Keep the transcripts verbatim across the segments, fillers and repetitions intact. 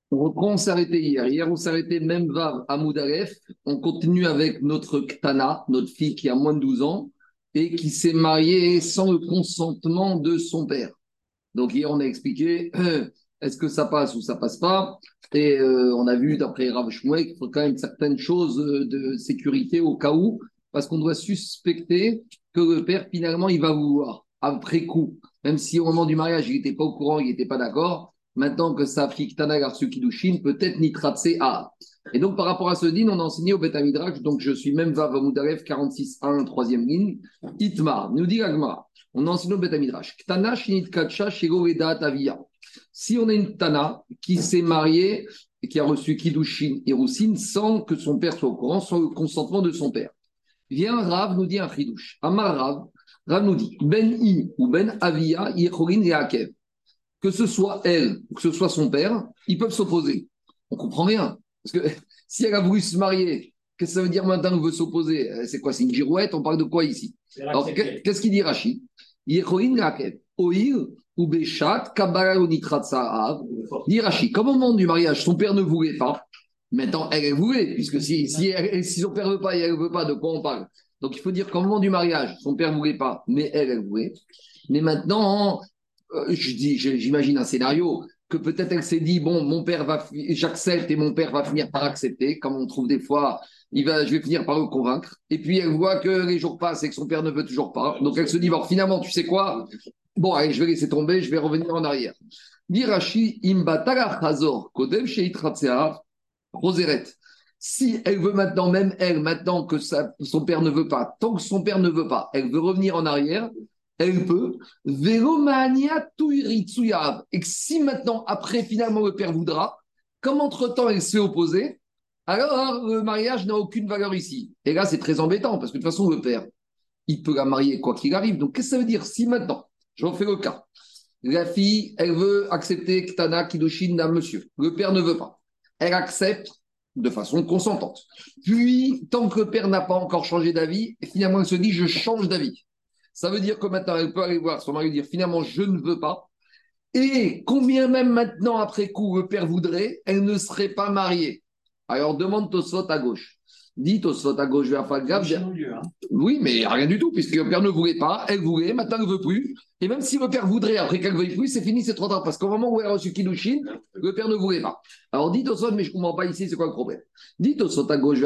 On reprend, on s'est arrêté hier. Hier, on s'est arrêté même Vav à Aleph. On continue avec notre Ktana, notre fille qui a moins de douze ans et qui s'est mariée sans le consentement de son père. Donc hier, on a expliqué euh, est-ce que ça passe ou ça passe pas. Et euh, on a vu, d'après Rav Shmuel, qu'il faut quand même certaines choses euh, de sécurité au cas où, parce qu'on doit suspecter que le père, finalement, il va vouloir, après coup, même si au moment du mariage, il n'était pas au courant, il n'était pas d'accord, maintenant que sa fille Ktana a reçu Kiddushin, peut-être Nitratse A. Et donc, par rapport à ce din, on a enseigné au Beth Amidrash, donc je suis même Vav Amoudalef quarante-six un, troisième ligne, Itmar, nous dit Agmara. On a enseigné au Beth Amidrash. Ktana shinit kacha shego vedat avia. Si on a une Tana qui s'est mariée et qui a reçu Kiddushin et Roussine sans que son père soit au courant, sans le consentement de son père, vient Rav nous dit un chidouche. Amar Rav, Rav nous dit Ben I ou Ben Avia, Yechorin et Akev. Que ce soit elle ou que ce soit son père, ils peuvent s'opposer. On comprend rien. Parce que si elle a voulu se marier, qu'est-ce que ça veut dire maintenant qu'elle veut s'opposer? C'est quoi? C'est une girouette? On parle de quoi ici? Alors, qu'est-ce qu'il dit Rachid? Yechorin et Akev. Oïr ou Béchat, Kabbalah ou Nitrat Sahar. Dit Rachid, comme au moment du mariage, son père ne voulait pas. Maintenant, elle, elle voulait, puisque si, si, elle- si son père ne veut pas et elle ne veut pas, de quoi on parle? Donc il faut dire qu'au moment du mariage, son père ne voulait pas, mais elle, elle voulait. Mais maintenant, euh, je dis, je- j'imagine un scénario que peut-être elle s'est dit, bon, mon père va, fi- j'accepte et mon père va finir par accepter, comme on trouve des fois, il va, je vais finir par le convaincre. Et puis elle voit que les jours passent et que son père ne veut toujours pas. Donc elle se dit, bon, finalement, tu sais quoi? Bon, allez, je vais laisser tomber, je vais revenir en arrière. Dirachi imbatala chazor, kodev sheitratseah, Roseret. Si elle veut maintenant, même elle, maintenant que sa- son père ne veut pas, tant que son père ne veut pas, elle veut revenir en arrière, elle peut. Velomania tuiritsuyav. Et que si maintenant, après, finalement, le père voudra, comme entre-temps elle s'est opposée, alors le mariage n'a aucune valeur ici. Et là, c'est très embêtant, parce que de toute façon, le père, il peut la marier quoi qu'il arrive. Donc, qu'est-ce que ça veut dire si maintenant, je refais le cas, la fille, elle veut accepter Ktana Kiddushin d'un monsieur. Le père ne veut pas. Elle accepte de façon consentante. Puis, tant que le père n'a pas encore changé d'avis, finalement, elle se dit, je change d'avis. Ça veut dire que maintenant, elle peut aller voir son mari et dire, finalement, je ne veux pas. Et combien même maintenant, après coup, le père voudrait, elle ne serait pas mariée. Alors, demande Tosfot à gauche. Dis Tosfot à gauche vers Fagab. Oui, mais rien du tout, puisque le père ne voulait pas, elle voulait, maintenant elle ne veut plus. Et même si le père voudrait, après qu'elle ne veuille plus, c'est fini, c'est trop tard. Parce qu'au moment où elle a reçu Kiddushin, le père ne voulait pas. Alors dites au Sot, mais je ne comprends pas ici, c'est quoi le problème? Dites au Sot à gauche,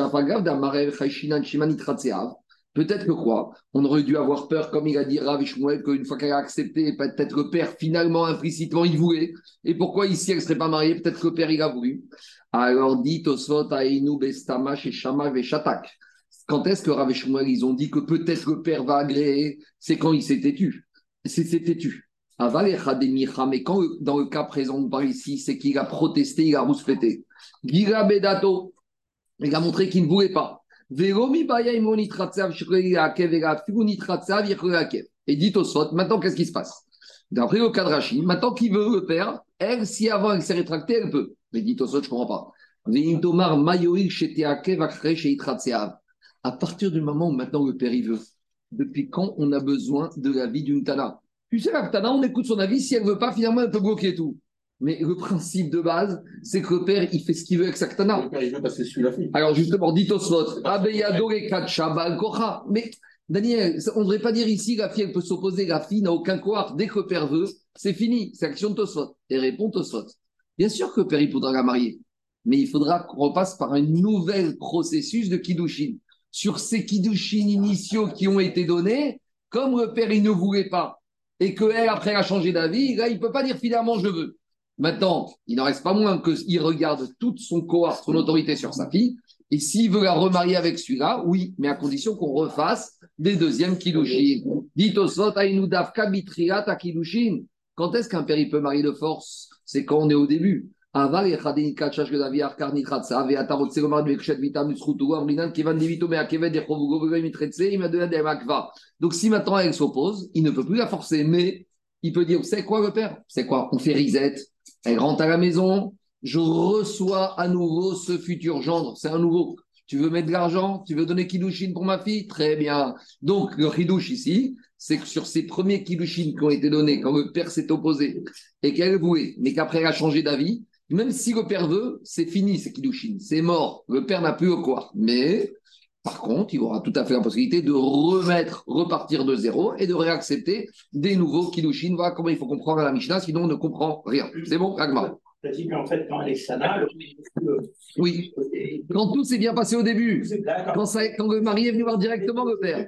peut-être que quoi? On aurait dû avoir peur, comme il a dit Rav Shmuel, qu'une fois qu'elle a accepté, peut-être que le père, finalement, implicitement, il voulait. Et pourquoi ici, elle ne serait pas mariée? Peut-être que le père, il a voulu. Alors dites au Sot, Aïnou, Bestama, chez Shama, Veshatak. Quand est-ce que Rav et Shmuel, ils ont dit que peut-être le père va agréer? C'est quand il s'est têtu. C'est s'est têtu. Aval et Chademicha, mais quand dans le cas présent, on parle ici, c'est qu'il a protesté, il a rouspété. Gira Bedato, il a montré qu'il ne voulait pas. Veromi Baya Imonitratsav, Shreyakev, et la Figunitratsav, Yechreyakev. Et dit au Sot, maintenant qu'est-ce qui se passe? D'après le cas de Rachid, maintenant qu'il veut le père, elle, si avant elle s'est rétractée, elle peut. Mais dit au Sot, je ne comprends pas. Veimtomar Mayoil, Sheteakev, Akre, Sheitratsav. À partir du moment où maintenant le père il veut, depuis quand on a besoin de l'avis d'une Tana? Tu sais, la Tana, on écoute son avis, si elle ne veut pas, finalement, elle peut bloquer tout. Mais le principe de base, c'est que le père, il fait ce qu'il veut avec sa Tana. Le père, il veut parce que c'est la fille. Alors justement, dit Tosfot, Abeyado et Kacha, Baal Kocha. Mais Daniel, on ne devrait pas dire ici, la fille, elle peut s'opposer, la fille n'a aucun corps. Dès que le père veut, c'est fini, c'est action de Tosfot. Et répond Tosfot. Bien sûr que le père, il faudra la marier, mais il faudra qu'on repasse par un nouvel processus de Kiddushin sur ces Kiddushin initiaux qui ont été donnés, comme le père il ne voulait pas, et qu'elle, après, a changé d'avis, là, il ne peut pas dire finalement je veux. Maintenant, il n'en reste pas moins qu'il regarde toute son cohort, son autorité sur sa fille, et s'il veut la remarier avec celui-là, oui, mais à condition qu'on refasse des deuxièmes Kiddushin. Dit au sot, Aïnoudavka bitriat à Kiddushin. Quand est-ce qu'un père il peut marier de force? C'est quand on est au début. Donc, si maintenant elle s'oppose, il ne peut plus la forcer, mais il peut dire, c'est quoi le père? C'est quoi? On fait reset, elle rentre à la maison, je reçois à nouveau ce futur gendre, c'est un nouveau. Tu veux mettre de l'argent? Tu veux donner Kiddushin pour ma fille? Très bien. Donc, le Kiddush ici, c'est que sur ces premiers Kiddushin qui ont été donnés, quand le père s'est opposé et qu'elle voulait, mais qu'après elle a changé d'avis, Même si le père veut, c'est fini, c'est Kiddushin, c'est mort. Le père n'a plus le quoi. Mais par contre, il aura tout à fait la possibilité de remettre, repartir de zéro et de réaccepter des nouveaux Kiddushin. Voilà comment il faut comprendre la Mishnah, sinon on ne comprend rien. C'est bon, Agmar? C'est-à-dire qu'en fait, quand Alexandra, le... Oui. Quand tout s'est bien passé au début, quand, ça, quand le mari est venu voir directement le père.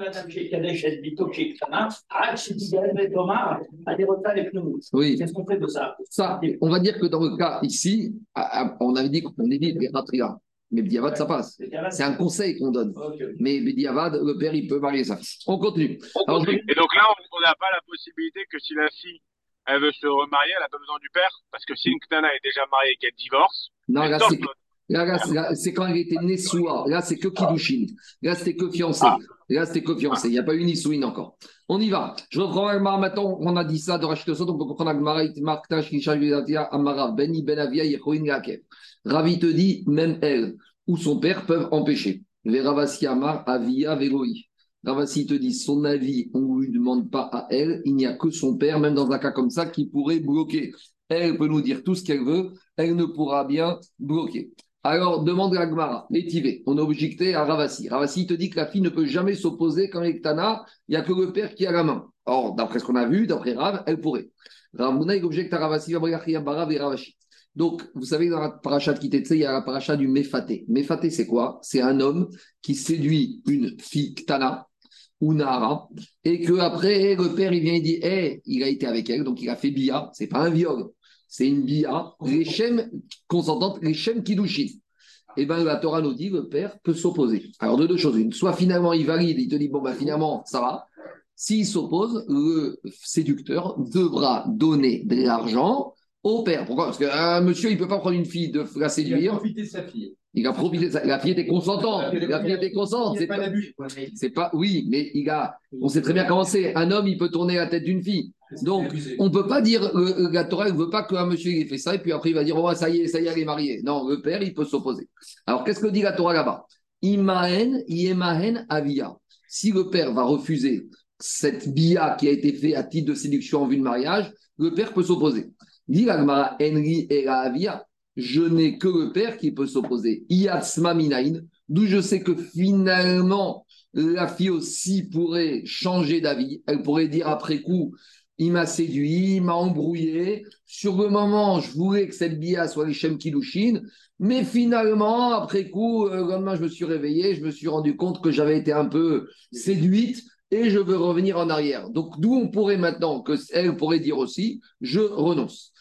Oui. Qu'est-ce qu'on fait de ça? Ça, on va dire que dans le cas ici, on avait dit qu'on évite les ratria. Mais Bediavad, ça passe. C'est un conseil qu'on donne. Okay. Mais Bediavad, le père, il peut marier sa fille. On continue. On Alors, continue. Je... Et donc là, on n'a pas la possibilité que si la fille, elle veut se remarier, elle n'a pas besoin du père. Parce que si une Ktana est déjà mariée et qu'elle divorce, non, là, c'est... Là, là, là, c'est quand elle était née soua. Là, c'est que Kiddushin. Là, c'était que fiancé. Ah. Là, c'était que fiancé. Il n'y a pas eu ni souine encore. On y va. Je reprends Agmara maintenant. On a dit ça de Rachid Tosot. On peut comprendre Agmara. Marktash, Kisha, Yudatia, Amara, Beni, Benavia, Yechoin, Gakev. Ravi te dit, même elle ou son père peuvent empêcher. Veravasi Amar, Avia, Veroi. Ravasi te dit, son avis, on ne lui demande pas à elle. Il n'y a que son père, même dans un cas comme ça, qui pourrait bloquer. Elle peut nous dire tout ce qu'elle veut. Elle ne pourra bien bloquer. Alors, demande à Gmara, l'étivé. On a objecté à Ravasi. Ravasi te dit que la fille ne peut jamais s'opposer quand avec Tana, il n'y a que le père qui a la main. Or, d'après ce qu'on a vu, d'après Rav, elle pourrait. Ramuna, il objecte à Ravasi, Barav et Ravashi. Donc, vous savez, dans la paracha de Kitetse, il y a la paracha du Mefaté. Mefaté, c'est quoi? C'est un homme qui séduit une fille Tana ou Nahara, et qu'après, le père, il vient et dit, hé, hey, il a été avec elle, donc il a fait bia, c'est pas un viol. C'est une bia, les shem consentantes, les shem kiddushin. Et bien la Torah nous dit le père peut s'opposer. Alors de deux choses, une, soit finalement il valide, il te dit bon ben finalement ça va. S'il s'oppose, le séducteur devra donner de l'argent au père. Pourquoi? Parce qu'un monsieur il peut pas prendre une fille de la séduire. Il a profité de sa fille. Il a profité de sa... La fille était consentante. La fille était consentante. C'est pas l'abus. C'est pas. Oui, mais il a. On sait très bien comment c'est. Un homme il peut tourner la tête d'une fille. Donc, on ne peut pas dire, euh, la Torah ne veut pas qu'un monsieur ait fait ça, et puis après il va dire, oh, ça y est, ça y est, elle est mariée. Non, le père, il peut s'opposer. Alors, qu'est-ce que dit la Torah là-bas? Imahen, Yemahen, Avia. Si le père va refuser cette bia qui a été faite à titre de séduction en vue de mariage, le père peut s'opposer. Dit la Gemara, Enri et la Avia, je n'ai que le père qui peut s'opposer. Iyatsma Minain, d'où je sais que finalement, la fille aussi pourrait changer d'avis. Elle pourrait dire après coup, il m'a séduit, il m'a embrouillé. Sur le moment, je voulais que cette bia soit les Shem Kiddushin, mais finalement, après coup, le lendemain, je me suis réveillé, je me suis rendu compte que j'avais été un peu séduite et je veux revenir en arrière. Donc, d'où on pourrait maintenant, que elle pourrait dire aussi, je renonce.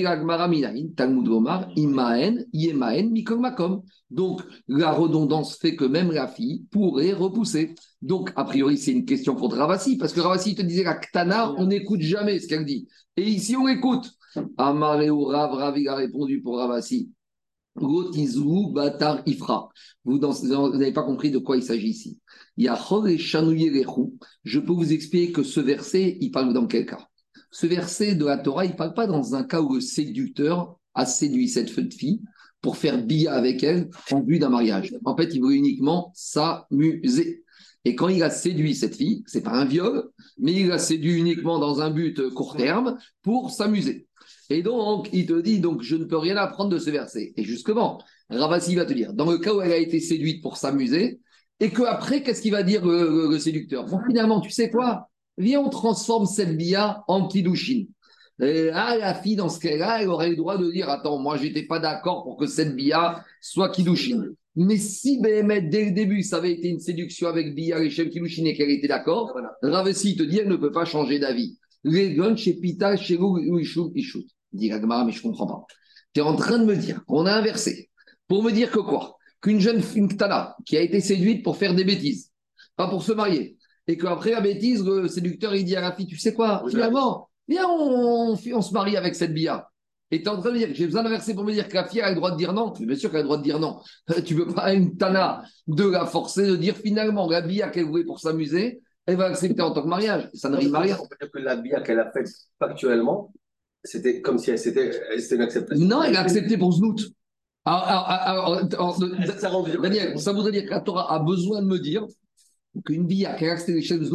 Talmud Omar, Imaen, Yemaen, Mikol Makom. Donc, la redondance fait que même la fille pourrait repousser. Donc, a priori, c'est une question pour Ravasi, parce que Ravasi te disait la Ktana, on n'écoute jamais ce qu'elle dit. Et ici, on écoute. Amareu Rav, Rav, il a répondu pour Ravasi. Gotizou, Batar, Ifra. Vous n'avez pas compris de quoi il s'agit ici. Il y a et Je peux vous expliquer que ce verset, il parle dans quel cas? Ce verset de la Torah, il ne parle pas dans un cas où le séducteur a séduit cette fille pour faire bia avec elle en vue d'un mariage. En fait, il voulait uniquement s'amuser. Et quand il a séduit cette fille, c'est pas un viol, mais il l'a séduit uniquement dans un but court terme pour s'amuser. Et donc, il te dit, donc, je ne peux rien apprendre de ce verset. Et justement, Ravasi va te dire, dans le cas où elle a été séduite pour s'amuser, et qu'après, qu'est-ce qu'il va dire le, le, le séducteur? Bon, finalement, tu sais quoi? Viens, on transforme cette bia en kiddushin. Et là, la fille, dans ce cas-là, elle aurait le droit de dire, attends, moi, je n'étais pas d'accord pour que cette bia soit kiddushin. Mais si Béhémet, dès le début, ça avait été une séduction avec bia et Shem kiddushin et qu'elle était d'accord, voilà. Ravasi te dit, elle ne peut pas changer d'avis. Les guns chez Pita, chez Lou, Ishut, Ishut. Dit la Gemara, mais je ne comprends pas. Tu es en train de me dire qu'on a inversé. Pour me dire que quoi? Qu'une jeune fille Ktana qui a été séduite pour faire des bêtises, pas pour se marier, et qu'après la bêtise, le séducteur, il dit à la fille, tu sais quoi? Oui, finalement, viens, on, on, on se marie avec cette bia. Et tu es en train de me dire, j'ai besoin d'inverser pour me dire que la fille a le droit de dire non. Bien sûr qu'elle a le droit de dire non. Tu ne peux pas, une Tana, de la forcer, de dire finalement, la bia qu'elle voulait pour s'amuser, elle va accepter en tant que mariage. Ça ne rime à rien. On peut dire que la bia qu'elle a faite factuellement, c'était comme si elle c'était, c'était une acceptation. Non, elle a accepté pour Znout. Alors, alors, alors, alors, Daniel, ça voudrait dire que la Torah a besoin de me dire qu'une bia qu'elle a accepté les chaînes Znout,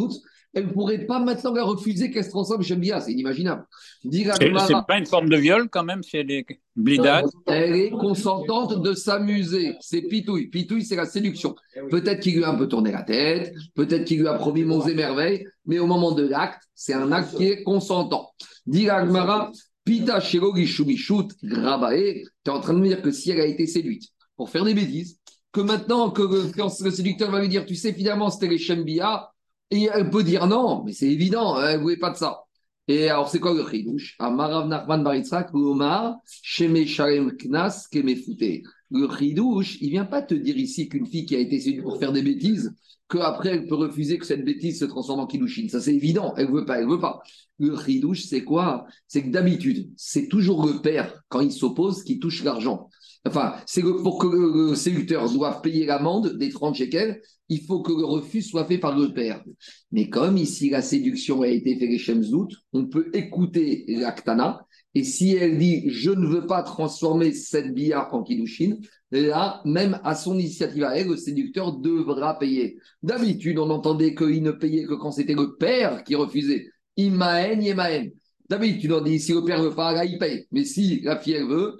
elle ne pourrait pas maintenant la refuser qu'elle se transforme chez Bia. C'est inimaginable. Dit la C'est c'est Gemara, pas une forme de viol quand même, si elle est blida. elle est consentante de s'amuser. C'est pitouille. Pitouille, c'est la séduction. Peut-être qu'il lui a un peu tourné la tête, peut-être qu'il lui a promis monts et merveilles, mais au moment de l'acte, c'est un acte qui est consentant. Dit la Gemara, Pita Shelo Gishumishut Grabae, tu es en train de me dire que si elle a été séduite pour faire des bêtises, que maintenant, que le, quand le séducteur va lui dire, tu sais, finalement, c'était les Shembia, et elle peut dire non, mais c'est évident, elle ne voulait pas de ça. Et alors, c'est quoi le chidouche? Amarav Nachman Baritzak, Omar, Sheme Shalem Knas, Kemefute. Le chidouche, il ne vient pas te dire ici qu'une fille qui a été séduite pour faire des bêtises, qu'après, elle peut refuser que cette bêtise se transforme en kiddushin. Ça, c'est évident, elle ne veut pas, elle ne veut pas. Le chidouche, c'est quoi? C'est que d'habitude, c'est toujours le père, quand il s'oppose, qui touche l'argent. Enfin, c'est que pour que le séducteur doive payer l'amende des trente shekels, il faut que le refus soit fait par le père. Mais comme ici la séduction a été faite les Shemzout, on peut écouter l'Aktana, et si elle dit je ne veux pas transformer cette bia en kiddushin, là, même à son initiative à elle, le séducteur devra payer. D'habitude, on entendait qu'il ne payait que quand c'était le père qui refusait. Imaen, Imaen. D'habitude, on dit si le père ne veut pas, là, il paye. Mais si la fille elle veut,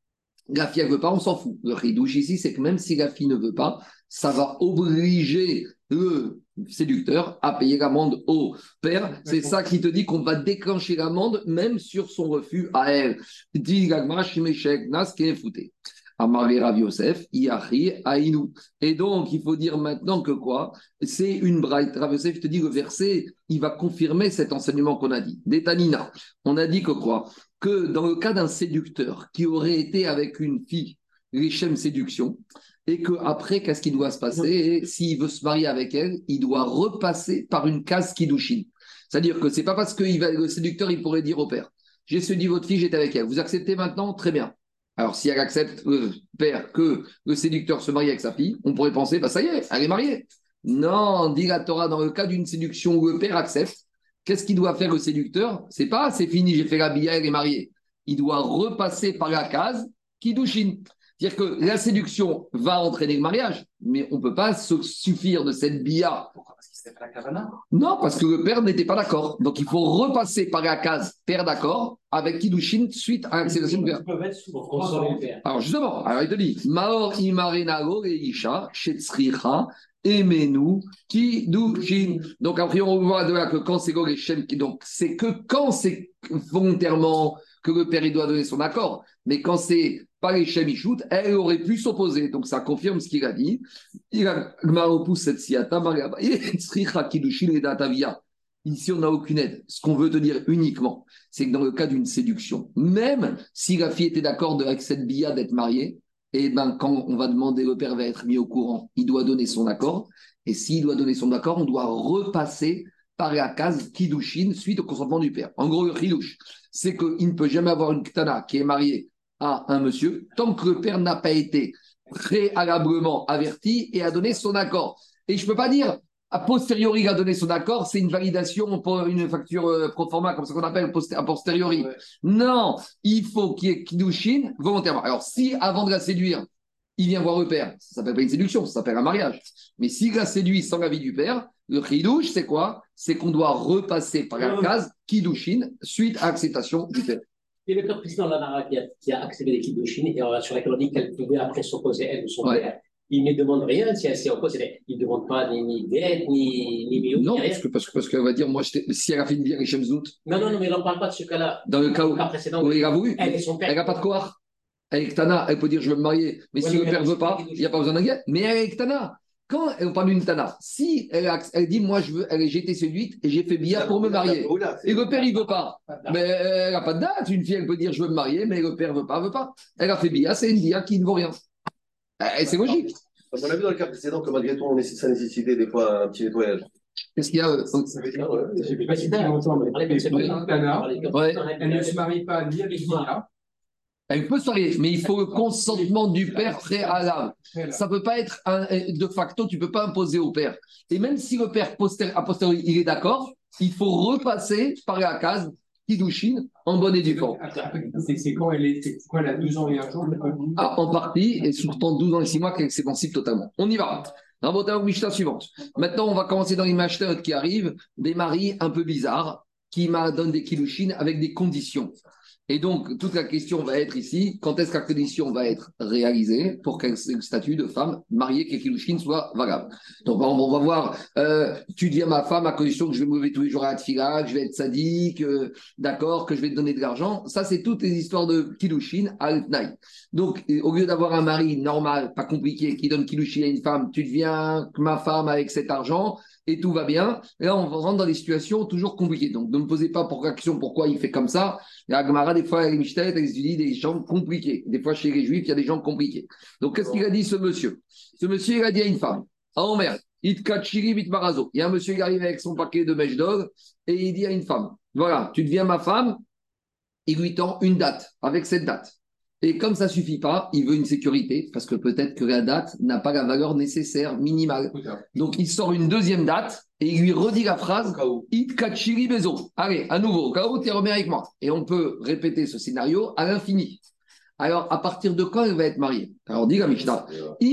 la fille, elle ne veut pas, on s'en fout. Le chidouche ici, c'est que même si la fille ne veut pas, ça va obliger le séducteur à payer l'amende au père. C'est ça qui te dit qu'on va déclencher l'amende, même sur son refus à elle. Dit Gagmara, Shimeshek, Nas, qui est fouté. Amaré Rav Yosef, Iachi, Aïnou. Et donc, il faut dire maintenant que quoi? C'est une braille. Rav Yosef te dit le verset, il va confirmer cet enseignement qu'on a dit. Détanina. On a dit que quoi? Que dans le cas d'un séducteur qui aurait été avec une fille, Richem séduction, et qu'après, qu'est-ce qui doit se passer? S'il veut se marier avec elle, il doit repasser par une case Kiddushin. C'est-à-dire que c'est pas parce que il va, le séducteur, il pourrait dire au père, j'ai séduit votre fille, j'étais avec elle. Vous acceptez maintenant? Très bien. Alors, si elle accepte, le père, que le séducteur se marie avec sa fille, on pourrait penser, bah ça y est, elle est mariée. Non, dit la Torah, dans le cas d'une séduction où le père accepte, qu'est-ce qu'il doit faire le séducteur? C'est pas, c'est fini, j'ai fait la bia, elle est mariée. Il doit repasser par la case Kiddushin. C'est-à-dire que la séduction va entraîner le mariage, mais on ne peut pas se suffire de cette bia. Pourquoi? Parce qu'il s'était fait la kavana? Non, parce que le père n'était pas d'accord. Donc, il faut repasser par la case père d'accord avec Kiddushin suite à l'acceptation du père. Ils peuvent être sous pour consoler le père. Alors, justement, alors il te dit Maor imarenago et isha, shetzricha, emenu, Kiddushin. Donc, après, on voit de là que quand c'est Gog et Shem, donc c'est que quand c'est volontairement que le père il doit donner son accord, mais quand c'est pas les Shem Ishut, elle aurait pu s'opposer. Donc, ça confirme ce qu'il a dit. Il a repousse cette siata, Tzricha, Kiddushin et Datavia. Ici, on n'a aucune aide. Ce qu'on veut te dire uniquement, c'est que dans le cas d'une séduction, même si la fille était d'accord avec cette bia d'être mariée, et ben quand on va demander, le père va être mis au courant, il doit donner son accord. Et s'il doit donner son accord, on doit repasser par la case Kiddushin suite au consentement du père. En gros, le Chilouche, c'est qu'il ne peut jamais avoir une Ktana qui est mariée à un monsieur tant que le père n'a pas été préalablement averti et a donné son accord. Et je ne peux pas dire a posteriori, il a donné son accord, c'est une validation pour une facture euh, pro forma, comme ça qu'on appelle a posteriori. Ouais. Non, il faut qu'il y ait Kiddushin volontairement. Alors, si avant de la séduire, il vient voir le père, ça ne s'appelle pas une séduction, ça s'appelle un mariage. Mais s'il la séduit sans l'avis du père, le Kiddush, c'est quoi? C'est qu'on doit repasser par la case Kiddushin suite à l'acceptation du père. Et le cas président de la Nara qui a, qui a accepté les Kiddushin et on, sur laquelle on dit qu'elle pouvait après s'opposer, elle, de son ouais. père. Il ne demande rien si elle s'est opposée. Il ne demande pas ni, ni d'aide, ni ni ni Non, parce, que, parce, que, parce qu'elle va dire, moi, si elle a fait une bière et Shemzout. Non, non, non, mais on ne parle pas de ce cas-là. Dans le cas où, cas précédent, où il a voulu, elle et son père. Elle n'a pas de quoi. Elle est Ktana, elle peut dire, je veux me marier. Mais ouais, si mais le père ne veut pas, il n'y a pas besoin d'un guet. Mais elle est Ktana. Quand on parle d'une Tana, si elle, a, elle dit, moi, je veux, elle, j'ai été séduite et j'ai fait billard pour me marier, et le père, il ne veut pas, mais elle n'a pas de date. Une fille, elle peut dire, je veux me marier, mais le père ne veut pas, veut pas. Elle a fait billard, c'est une billard qui ne vaut rien. Et c'est logique. On a vu dans le cas précédent que malgré tout, on nécessite, ça nécessitait des fois un petit nettoyage. Qu'est-ce qu'il y a euh, Elle ne se marie pas ni avec Bia. Elle peut se marier, mais il faut le consentement du père préalable. Ça ne peut pas être un, de facto, tu ne peux pas imposer au père. Et même si le père poster, a posteriori, il est d'accord, il faut repasser par la case Kiddushin en bonne et due forme. C'est quand elle est, c'est quoi, elle a douze ans et un jour? Ah, en partie, et surtout douze ans et six mois, qu'elle s'émancipe totalement. On y va. Rabotav, Mishnah suivante. Maintenant, on va commencer dans les Mishnah qui arrivent, des maris un peu bizarres qui donnent des kilouchines avec des conditions. Et donc, toute la question va être ici, quand est-ce que la condition va être réalisée pour que le statut de femme mariée, que kilouchine soit valable. Donc, on va voir, euh, tu deviens ma femme à condition que je vais me lever tous les jours à la tfila, que je vais être sadique, euh, d'accord, que je vais te donner de l'argent. Ça, c'est toutes les histoires de kilouchine à l'tnaï. Donc, au lieu d'avoir un mari normal, pas compliqué, qui donne kilouchine à une femme, tu deviens ma femme avec cet argent, et tout va bien. Et là, on rentre dans des situations toujours compliquées. Donc, ne me posez pas pour question pourquoi il fait comme ça. La Gemara, des fois, les Mishnah, elle dit des gens compliqués. Des fois, chez les Juifs, il y a des gens compliqués. Donc, qu'est-ce qu'il a dit, ce monsieur? Ce monsieur, il a dit à une femme, ah, oh merde, Itkachiri Bitmarazo. Il y a un monsieur qui arrive avec son paquet de mèche d'or et il dit à une femme, voilà, tu deviens ma femme, il lui tend une date, avec cette date. Et comme ça ne suffit pas, il veut une sécurité, parce que peut-être que la date n'a pas la valeur nécessaire, minimale. Donc, il sort une deuxième date et il lui redit la phrase It kachiri bezo. Allez, à nouveau, au cas où tu remets avec moi. Et on peut répéter ce scénario à l'infini. Alors, à partir de quand elle va être mariée? Alors, dit la Mishnah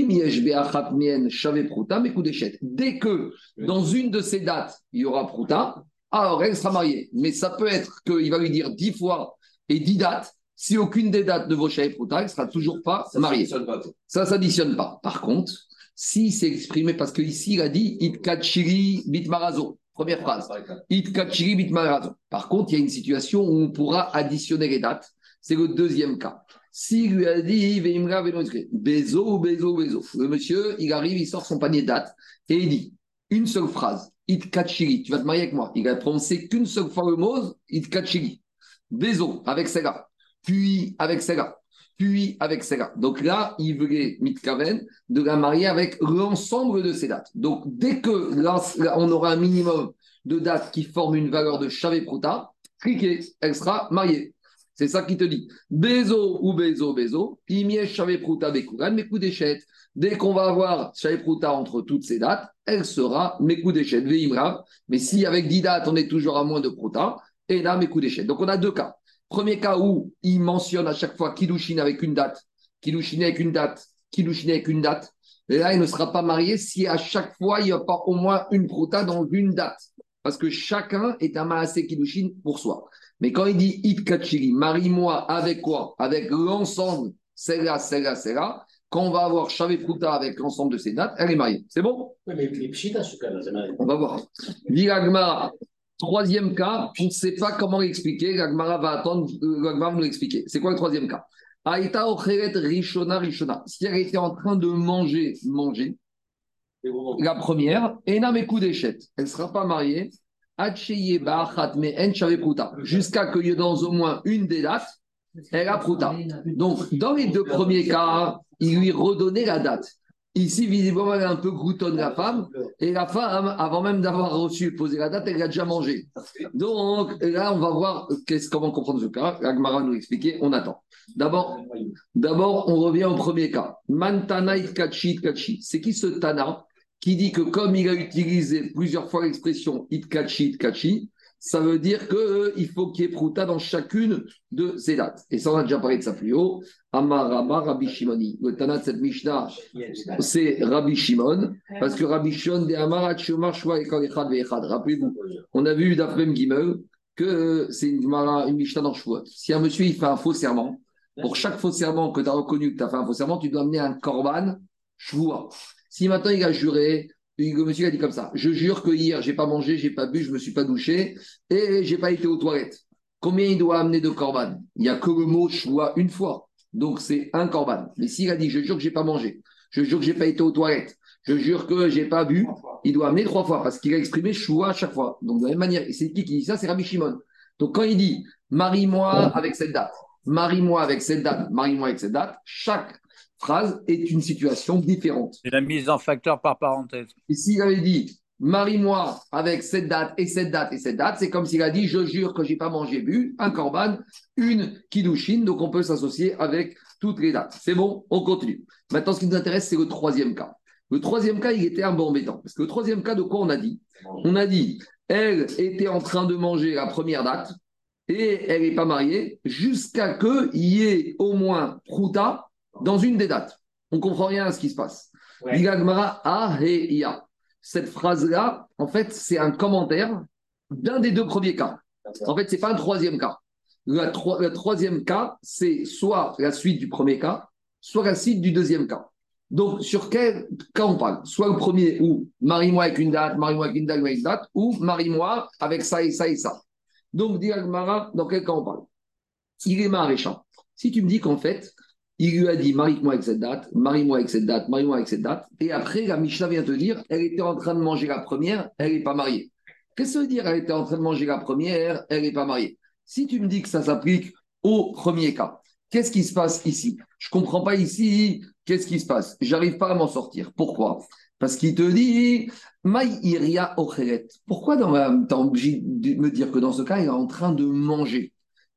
dès que dans une de ces dates, il y aura prouta, alors elle sera mariée. Mais ça peut être qu'il va lui dire dix fois et dix dates. Si aucune des dates de vos et prouta, elle ne sera toujours pas ça mariée. Pas. Ça ne s'additionne pas. Par contre, si c'est exprimé, parce qu'ici, il a dit It kachiri bitmarazo. Première phrase. It kachiri bitmarazo. Par contre, il y a une situation où on pourra additionner les dates. C'est le deuxième cas. S'il lui a dit Veimra Bezo, Bezo, Bezo. Le monsieur, il arrive, il sort son panier de dates et il dit une seule phrase. It kachiri. Tu vas te marier avec moi. Il a prononcé qu'une seule fois le mot It kachiri. Bezo, avec celle-là. Puis avec celle-là, puis avec celle-là. Donc là, il voulait Mitkaven de la marier avec l'ensemble de ces dates. Donc dès que là, on aura un minimum de dates qui forment une valeur de Shavé Prouta, cliquez, elle sera mariée. C'est ça qui te dit. Bezo ou Bezo, Bezo, Imier Shavé Prouta Bekouran, Mekou Déchet. Dès qu'on va avoir Shavé Prouta entre toutes ces dates, elle sera Mekou Déchet, Veimra. Mais si avec dix dates, on est toujours à moins de Prouta, et là, Mekou Déchet. Donc on a deux cas. Premier cas où il mentionne à chaque fois Kilouchine avec une date, Kilouchine avec une date, Kilouchine avec une date. Et là, il ne sera pas marié si à chaque fois, il n'y a pas au moins une prouta dans une date. Parce que chacun est un maasé Kilouchine pour soi. Mais quand il dit It Kachiri, marie-moi avec quoi? Avec l'ensemble, celle-là, celle-là, celle-là. Quand on va avoir Chavé Prouta avec l'ensemble de ces dates, elle est mariée. C'est bon? Oui, mais les pchita, ce cas-là, c'est marié. On va voir. Viragma. Troisième cas, je ne sais pas comment l'expliquer. L'Agmara va attendre, l'Agmara va nous l'expliquer. C'est quoi le troisième cas? Aïta ocheret rishona rishona. Si elle était en train de manger, manger, la première, ena mekou déchet. Elle ne sera pas mariée. Acheye ba'achat me'en shave pruta. Jusqu'à qu'il y ait dans au moins une des dates, elle a pruta. Donc, dans les deux premiers cas, il lui redonnait la date. Ici, visiblement, elle est un peu gloutonne, la femme. Et la femme, avant même d'avoir reçu, posé la date, elle a déjà mangé. Donc, là, on va voir comment comprendre ce cas. La Gemara nous expliquer. On attend. D'abord, d'abord, on revient au premier cas. Mantana itkachi itkachi. C'est qui ce Tana qui dit que comme il a utilisé plusieurs fois l'expression itkachi itkachi, ça veut dire qu'il euh, faut qu'il y ait prouta dans chacune de ces dates. Et ça, on a déjà parlé de ça plus haut. Amarama Rabbi Shimoni. Le Tana de cette Mishnah, c'est Rabbi Shimon, parce que Rabbi Shimon de Amarat Shomar Shua et Kalechad Veechad. Rappelez-vous, on a vu d'Afrem Gimel que c'est une, une Mishnah dans Shvuot. Si un monsieur il fait un faux serment, pour chaque faux serment que tu as reconnu que tu as fait un faux serment, tu dois amener un korban Shvuot. Si maintenant il a juré, le monsieur a dit comme ça, je jure que hier, je n'ai pas mangé, je n'ai pas bu, je ne me suis pas douché et je n'ai pas été aux toilettes. Combien il doit amener de korban? Il n'y a que le mot choix une fois. Donc, c'est un korban. Mais s'il a dit, je jure que je n'ai pas mangé, je jure que je n'ai pas été aux toilettes, je jure que je n'ai pas bu, il doit amener trois fois parce qu'il a exprimé choix à chaque fois. Donc, de la même manière, et c'est qui qui dit ça? C'est Rabbi Shimon. Donc, quand il dit, marie-moi avec cette date, marie-moi avec cette date, marie-moi avec cette date, chaque phrase est une situation différente. C'est la mise en facteur par parenthèse. Et s'il avait dit, marie-moi avec cette date et cette date et cette date, c'est comme s'il a dit, je jure que je n'ai pas mangé, bu, un korban, une kiddushin, donc on peut s'associer avec toutes les dates. C'est bon, on continue. Maintenant, ce qui nous intéresse, c'est le troisième cas. Le troisième cas, il était un peu embêtant. Parce que le troisième cas, de quoi on a dit? On a dit, elle était en train de manger la première date et elle n'est pas mariée jusqu'à qu'il y ait au moins prouta dans une des dates. On ne comprend rien à ce qui se passe. Ouais. Dit l'Agmara, ah et ya. Cette phrase-là, en fait, c'est un commentaire d'un des deux premiers cas. En fait, ce n'est pas un troisième cas. La tro- le troisième cas, c'est soit la suite du premier cas, soit la suite du deuxième cas. Donc, sur quel cas on parle? Soit le premier où marie-moi avec une date, marie-moi avec une date, avec une date, ou marie-moi avec ça et ça et ça. Donc, dit Agmara, dans quel cas on parle? Il est maréchal. Si tu me dis qu'en fait, il lui a dit marie-moi avec cette date, marie-moi avec cette date, marie-moi avec cette date, et après, la Mishnah vient te dire, elle était en train de manger la première, elle n'est pas mariée. Qu'est-ce que ça veut dire, elle était en train de manger la première, elle n'est pas mariée? Si tu me dis que ça s'applique au premier cas, qu'est-ce qui se passe ici? Je ne comprends pas ici, qu'est-ce qui se passe? J'arrive pas à m'en sortir. Pourquoi? Parce qu'il te dit, Maï iria ocheret. Pourquoi dans la, t'es obligé de me dire que dans ce cas, il est en train de manger?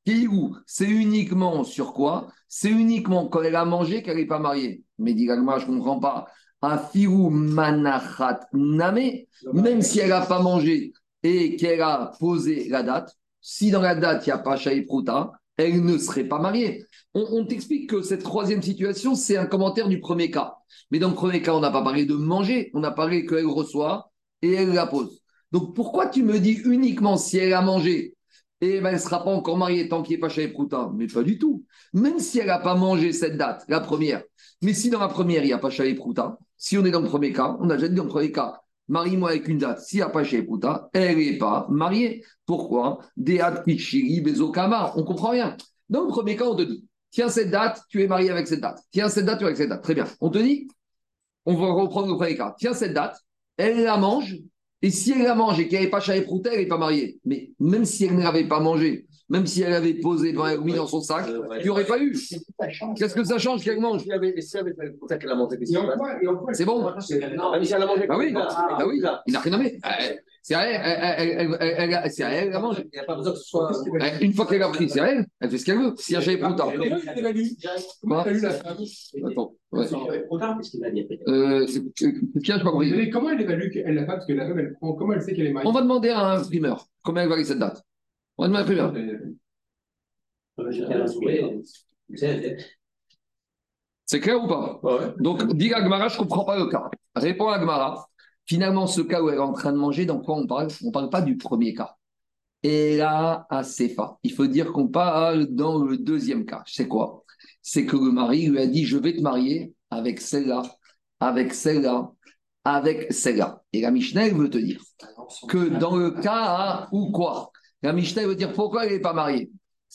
Où c'est uniquement sur quoi? C'est uniquement quand elle a mangé qu'elle n'est pas mariée. Mais dit Gagma, je ne comprends pas. Afiru manachat name, même si elle n'a pas mangé et qu'elle a posé la date, si dans la date il n'y a pas Shaïprouta, elle ne serait pas mariée. On, on t'explique que cette troisième situation, c'est un commentaire du premier cas. Mais dans le premier cas, on n'a pas parlé de manger, on a parlé qu'elle reçoit et elle la pose. Donc pourquoi tu me dis uniquement si elle a mangé et ben, elle ne sera pas encore mariée tant qu'il n'y ait pas Shaï Prouta? Mais pas du tout. Même si elle n'a pas mangé cette date, la première, mais si dans la première, il n'y a pas Shaï Prouta, si on est dans le premier cas, on a déjà dit dans le premier cas, marie-moi avec une date, s'il n'y a pas Shaï Prouta, elle n'est pas mariée. Pourquoi? Deat Pichiri Bezokama, on ne comprend rien. Dans le premier cas, on te dit, tiens cette date, tu es marié avec cette date. Tiens cette date, tu es avec cette date. Très bien. On te dit, on va reprendre le premier cas. Tiens cette date, elle la mange. Et si elle la mange et qu'elle n'avait pas Shaï Prouta, elle n'est pas mariée. Mais même si elle ne l'avait pas mangé, même si elle avait posé devant elle, mis dans son sac, il n'y aurait pas eu. Qu'est-ce que ça change qu'elle mange? Peut-être qu'elle a mangé des C'est bon. Même si elle a mangé. Ah oui, ah oui, il n'a rien nommé. C'est à elle, elle, elle, elle, elle, c'est à elle, elle mange. Il n'y a pas besoin que ce soit. Une fois qu'elle a pris, c'est à elle, elle fait ce qu'elle veut. Si elle Shaï Prouta. Comment tu as lu la femme? Attends. Ouais. Qu'est-ce qu'il va dire? Euh, c'est- c'est- Tiens, je n'ai pas compris. Mais comment elle évalue qu'elle l'a pas? Parce que la femme, elle prend. Comment elle sait qu'elle est mariée? On va demander à un imprimeur combien elle varie cette date. On va demander à un imprimeur. C'est clair ou pas? Ouais. Donc, dit Agmara, je ne comprends pas le cas. Répond Agmara. Finalement, ce cas où elle est en train de manger, dans quoi on parle? On ne parle pas du premier cas. Et là, à Sefa, il faut dire qu'on parle dans le deuxième cas. C'est quoi? C'est que le mari lui a dit, je vais te marier avec celle-là, avec celle-là, avec celle-là. Et la Mishnah, elle veut te dire que dans le cas où quoi? La Mishnah elle veut dire pourquoi elle n'est pas mariée.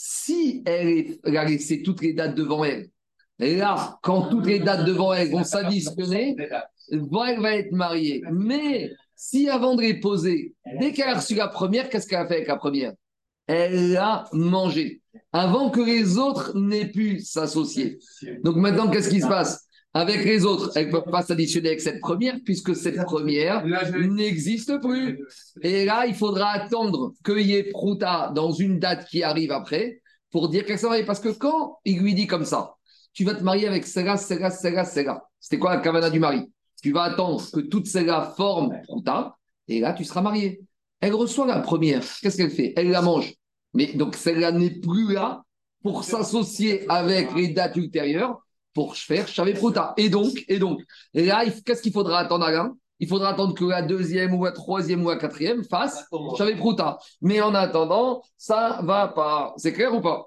Si elle, est, elle a laissé toutes les dates devant elle, et là, quand toutes les dates devant elle vont s'additionner, bon, elle va être mariée. Mais si avant de les poser, dès qu'elle a reçu la première, qu'est-ce qu'elle a fait avec la première? Elle l'a mangée avant que les autres n'aient pu s'associer. Donc maintenant, qu'est-ce qui se passe? Avec les autres, elles ne peuvent pas s'additionner avec cette première, puisque cette première n'existe plus. Et là, il faudra attendre qu'il y ait Prouta dans une date qui arrive après pour dire qu'elle s'en va. Parce que quand il lui dit comme ça, tu vas te marier avec celle-là, celle-là, celle-là, celle-là. C'était quoi la kavana du mari? Tu vas attendre que toutes celles-là forment Prouta, et là, tu seras marié. Elle reçoit la première. Qu'est-ce qu'elle fait? Elle la mange. Mais donc, celle-là n'est plus là pour s'associer avec les dates ultérieures pour faire Shavé Prouta. Et donc, et donc, et là, qu'est-ce qu'il faudra attendre là? Il faudra attendre que la deuxième ou la troisième ou la quatrième fasse Shavé Prouta. Mais en attendant, ça va pas. C'est clair ou pas?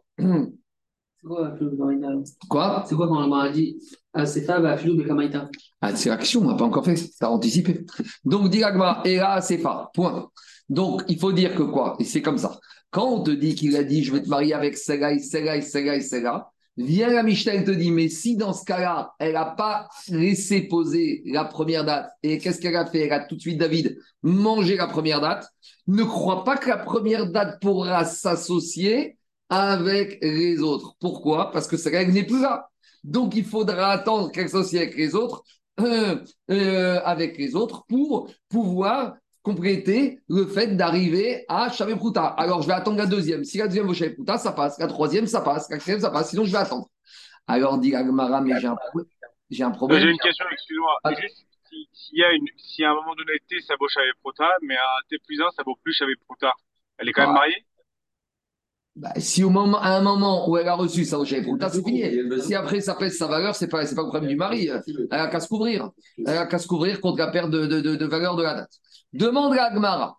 C'est quoi, Philou Kamaïta? Quoi? C'est quoi quand le mari dit ah, c'est Fab, Philou Kamaïta? Ah, c'est l'action, on n'a pas encore fait, ça a anticipé. Donc, dit Agma, et là, c'est pas. Point. Donc, il faut dire que quoi? Et c'est comme ça. Quand on te dit qu'il a dit, je vais te marier avec celle-là, celle-là, celle-là, celle-là, viens la Mishnah, elle te dit, mais si dans ce cas-là, elle n'a pas laissé poser la première date, et qu'est-ce qu'elle a fait? Elle a tout de suite, David, mangé la première date. Ne crois pas que la première date pourra s'associer avec les autres. Pourquoi? Parce que celle-là, elle n'est plus là. Donc, il faudra attendre qu'elle s'associe avec les autres, euh, euh, avec les autres, pour pouvoir compléter le fait d'arriver à Shavé Prouta. Alors, je vais attendre la deuxième. Si la deuxième vaut Shavé Prouta, ça passe. La troisième, ça passe. La quatrième, ça passe. Sinon, je vais attendre. Alors, dit Agmara, mais j'ai un, j'ai un problème. J'ai une question, excuse-moi. Ah. Juste, si, s'il y a une, si à un moment donné T, ça vaut Shavé Prouta, mais à T plus un, ça vaut plus Shavé Prouta, elle est quand Ah. même mariée? Bah, si au moment, à un moment où elle a reçu ça au chef Prouta, c'est fini. Si après ça pèse sa valeur, c'est pas, c'est pas le problème du mari. Elle a qu'à se couvrir. Elle a qu'à se couvrir contre la perte de, de, de, de valeur de la date. Demande à Agmara.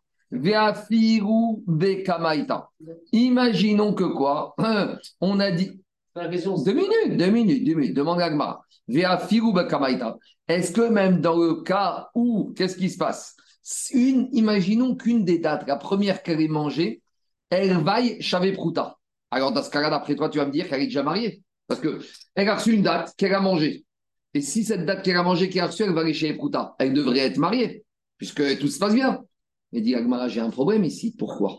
Veafiru bekamaita. Imaginons que quoi on a dit. Deux minutes, deux minutes, deux minutes. Demande à Agmara. Veafiru bekamaita. Est-ce que même dans le cas où, qu'est-ce qui se passe une, imaginons qu'une des dates, la première qu'elle ait mangée, elle vaille Chavé Prouta. Alors, dans ce cas-là, d'après toi, tu vas me dire qu'elle est déjà mariée. Parce qu'elle a reçu une date qu'elle a mangée. Et si cette date qu'elle a mangée, qu'elle a reçue, elle va aller chez Prouta, elle devrait être mariée, puisque tout se passe bien. Mais dit Agmara, j'ai un problème ici. Pourquoi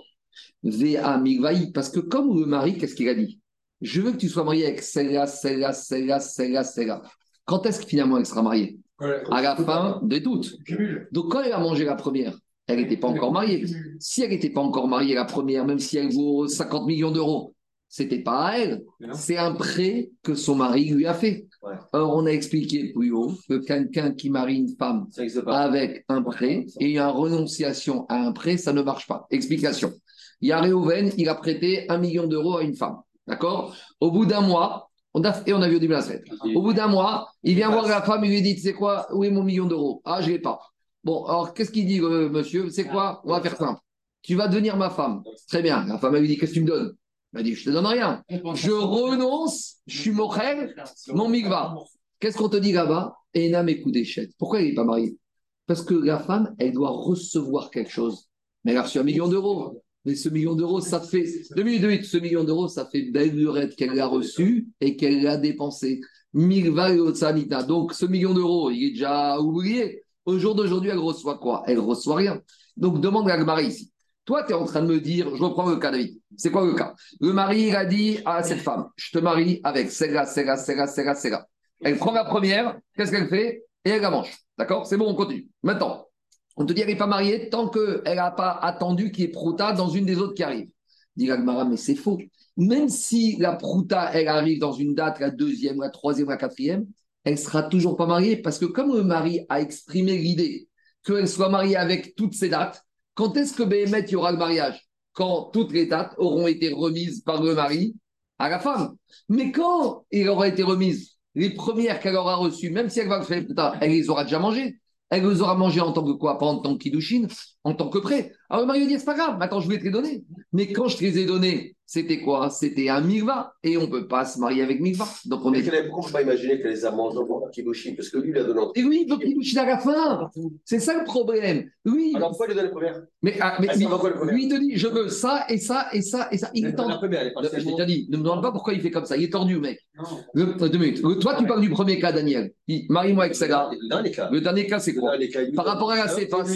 Va Migvaï. Parce que comme le mari, qu'est-ce qu'il a dit? Je veux que tu sois marié avec celle-là, celle-là, celle-là, celle-là, celle-là. Quand est-ce que finalement elle sera mariée? À la fin de toutes. Donc, quand elle a mangé la première, elle n'était pas encore mariée. Si elle n'était pas encore mariée, la première, même si elle vaut cinquante millions d'euros, ce n'était pas à elle. C'est un prêt que son mari lui a fait. Ouais. Or, on a expliqué plus haut que quelqu'un qui marie une femme avec un prêt et une renonciation à un prêt, ça ne marche pas. Explication. Il y a Réhouven, il a prêté un million d'euros à une femme. D'accord? Au bout d'un mois, on a, et on a vu au début de la semaine. Au bout d'un mois, il vient voir la femme, il lui dit, tu sais quoi, où est mon million d'euros? Ah, je ne l'ai pas. Bon, alors, qu'est-ce qu'il dit, euh, monsieur? C'est quoi? On va faire simple. Tu vas devenir ma femme. Très bien. La femme, elle lui dit, qu'est-ce que tu me donnes? Elle dit, je te donne rien. Je renonce, je suis mochel, mon migva. Qu'est-ce qu'on te dit là-bas? Ena mes coups d'échette. Pourquoi elle n'est pas mariée? Parce que la femme, elle doit recevoir quelque chose. Mais elle a reçu un million d'euros. Mais ce million d'euros, ça fait. Deux minutes, deux minutes. Ce million d'euros, ça fait belle lurette qu'elle a reçu et qu'elle l'a dépensé. Migva et Otsanita. Donc, ce million d'euros, il est déjà oublié. Au jour d'aujourd'hui, elle reçoit quoi? Elle reçoit rien. Donc, demande à Agmara ici. Toi, tu es en train de me dire, je reprends le cas, David. C'est quoi le cas? Le mari, il a dit à cette femme, je te marie avec celle-là, celle-là, celle-là, celle-là, celle-là. Elle prend la première, qu'est-ce qu'elle fait? Et elle la mange. D'accord? C'est bon, on continue. Maintenant, on te dit qu'elle n'est pas mariée tant qu'elle n'a pas attendu qu'il y ait prouta dans une des autres qui arrive. Dit Agmara, mais c'est faux. Même si la prouta, elle arrive dans une date, la deuxième, la troisième, la quatrième, elle ne sera toujours pas mariée parce que comme le mari a exprimé l'idée qu'elle soit mariée avec toutes ces dates, quand est-ce que Béhémet, il y aura le mariage? Quand toutes les dates auront été remises par le mari à la femme. Mais quand il aura été remise, les premières qu'elle aura reçues, même si elle va le faire plus tard, elle les aura déjà mangées. Elle les aura mangées en tant que quoi? Pas en tant que kiddushin, en tant que prêt. Alors le mari lui dit, c'est pas grave, maintenant je vais te les donner. Mais quand je te les ai donnés, c'était quoi? C'était un mikva. Et on ne peut pas se marier avec mikva. Donc on mais est... pourquoi je ne peux pas imaginer qu'elle les a mangés en kiddushin? Parce que lui, il a donné. Et oui, il veut kiddushin à la fin. C'est ça le problème. Oui. Alors pourquoi il lui donne les premières? Mais, ah, mais, mais lui, il te dit, je veux ça et ça et ça et ça. Il est tordu. Je t'ai déjà dit, ne me demande pas pourquoi il fait comme ça. Il est tordu, mec. Le, deux minutes. Le, toi, tu parles du premier cas, Daniel. Marie-moi avec celle-là. Le dernier cas. Le dernier cas, c'est quoi? Cas, Par rapport à la séface.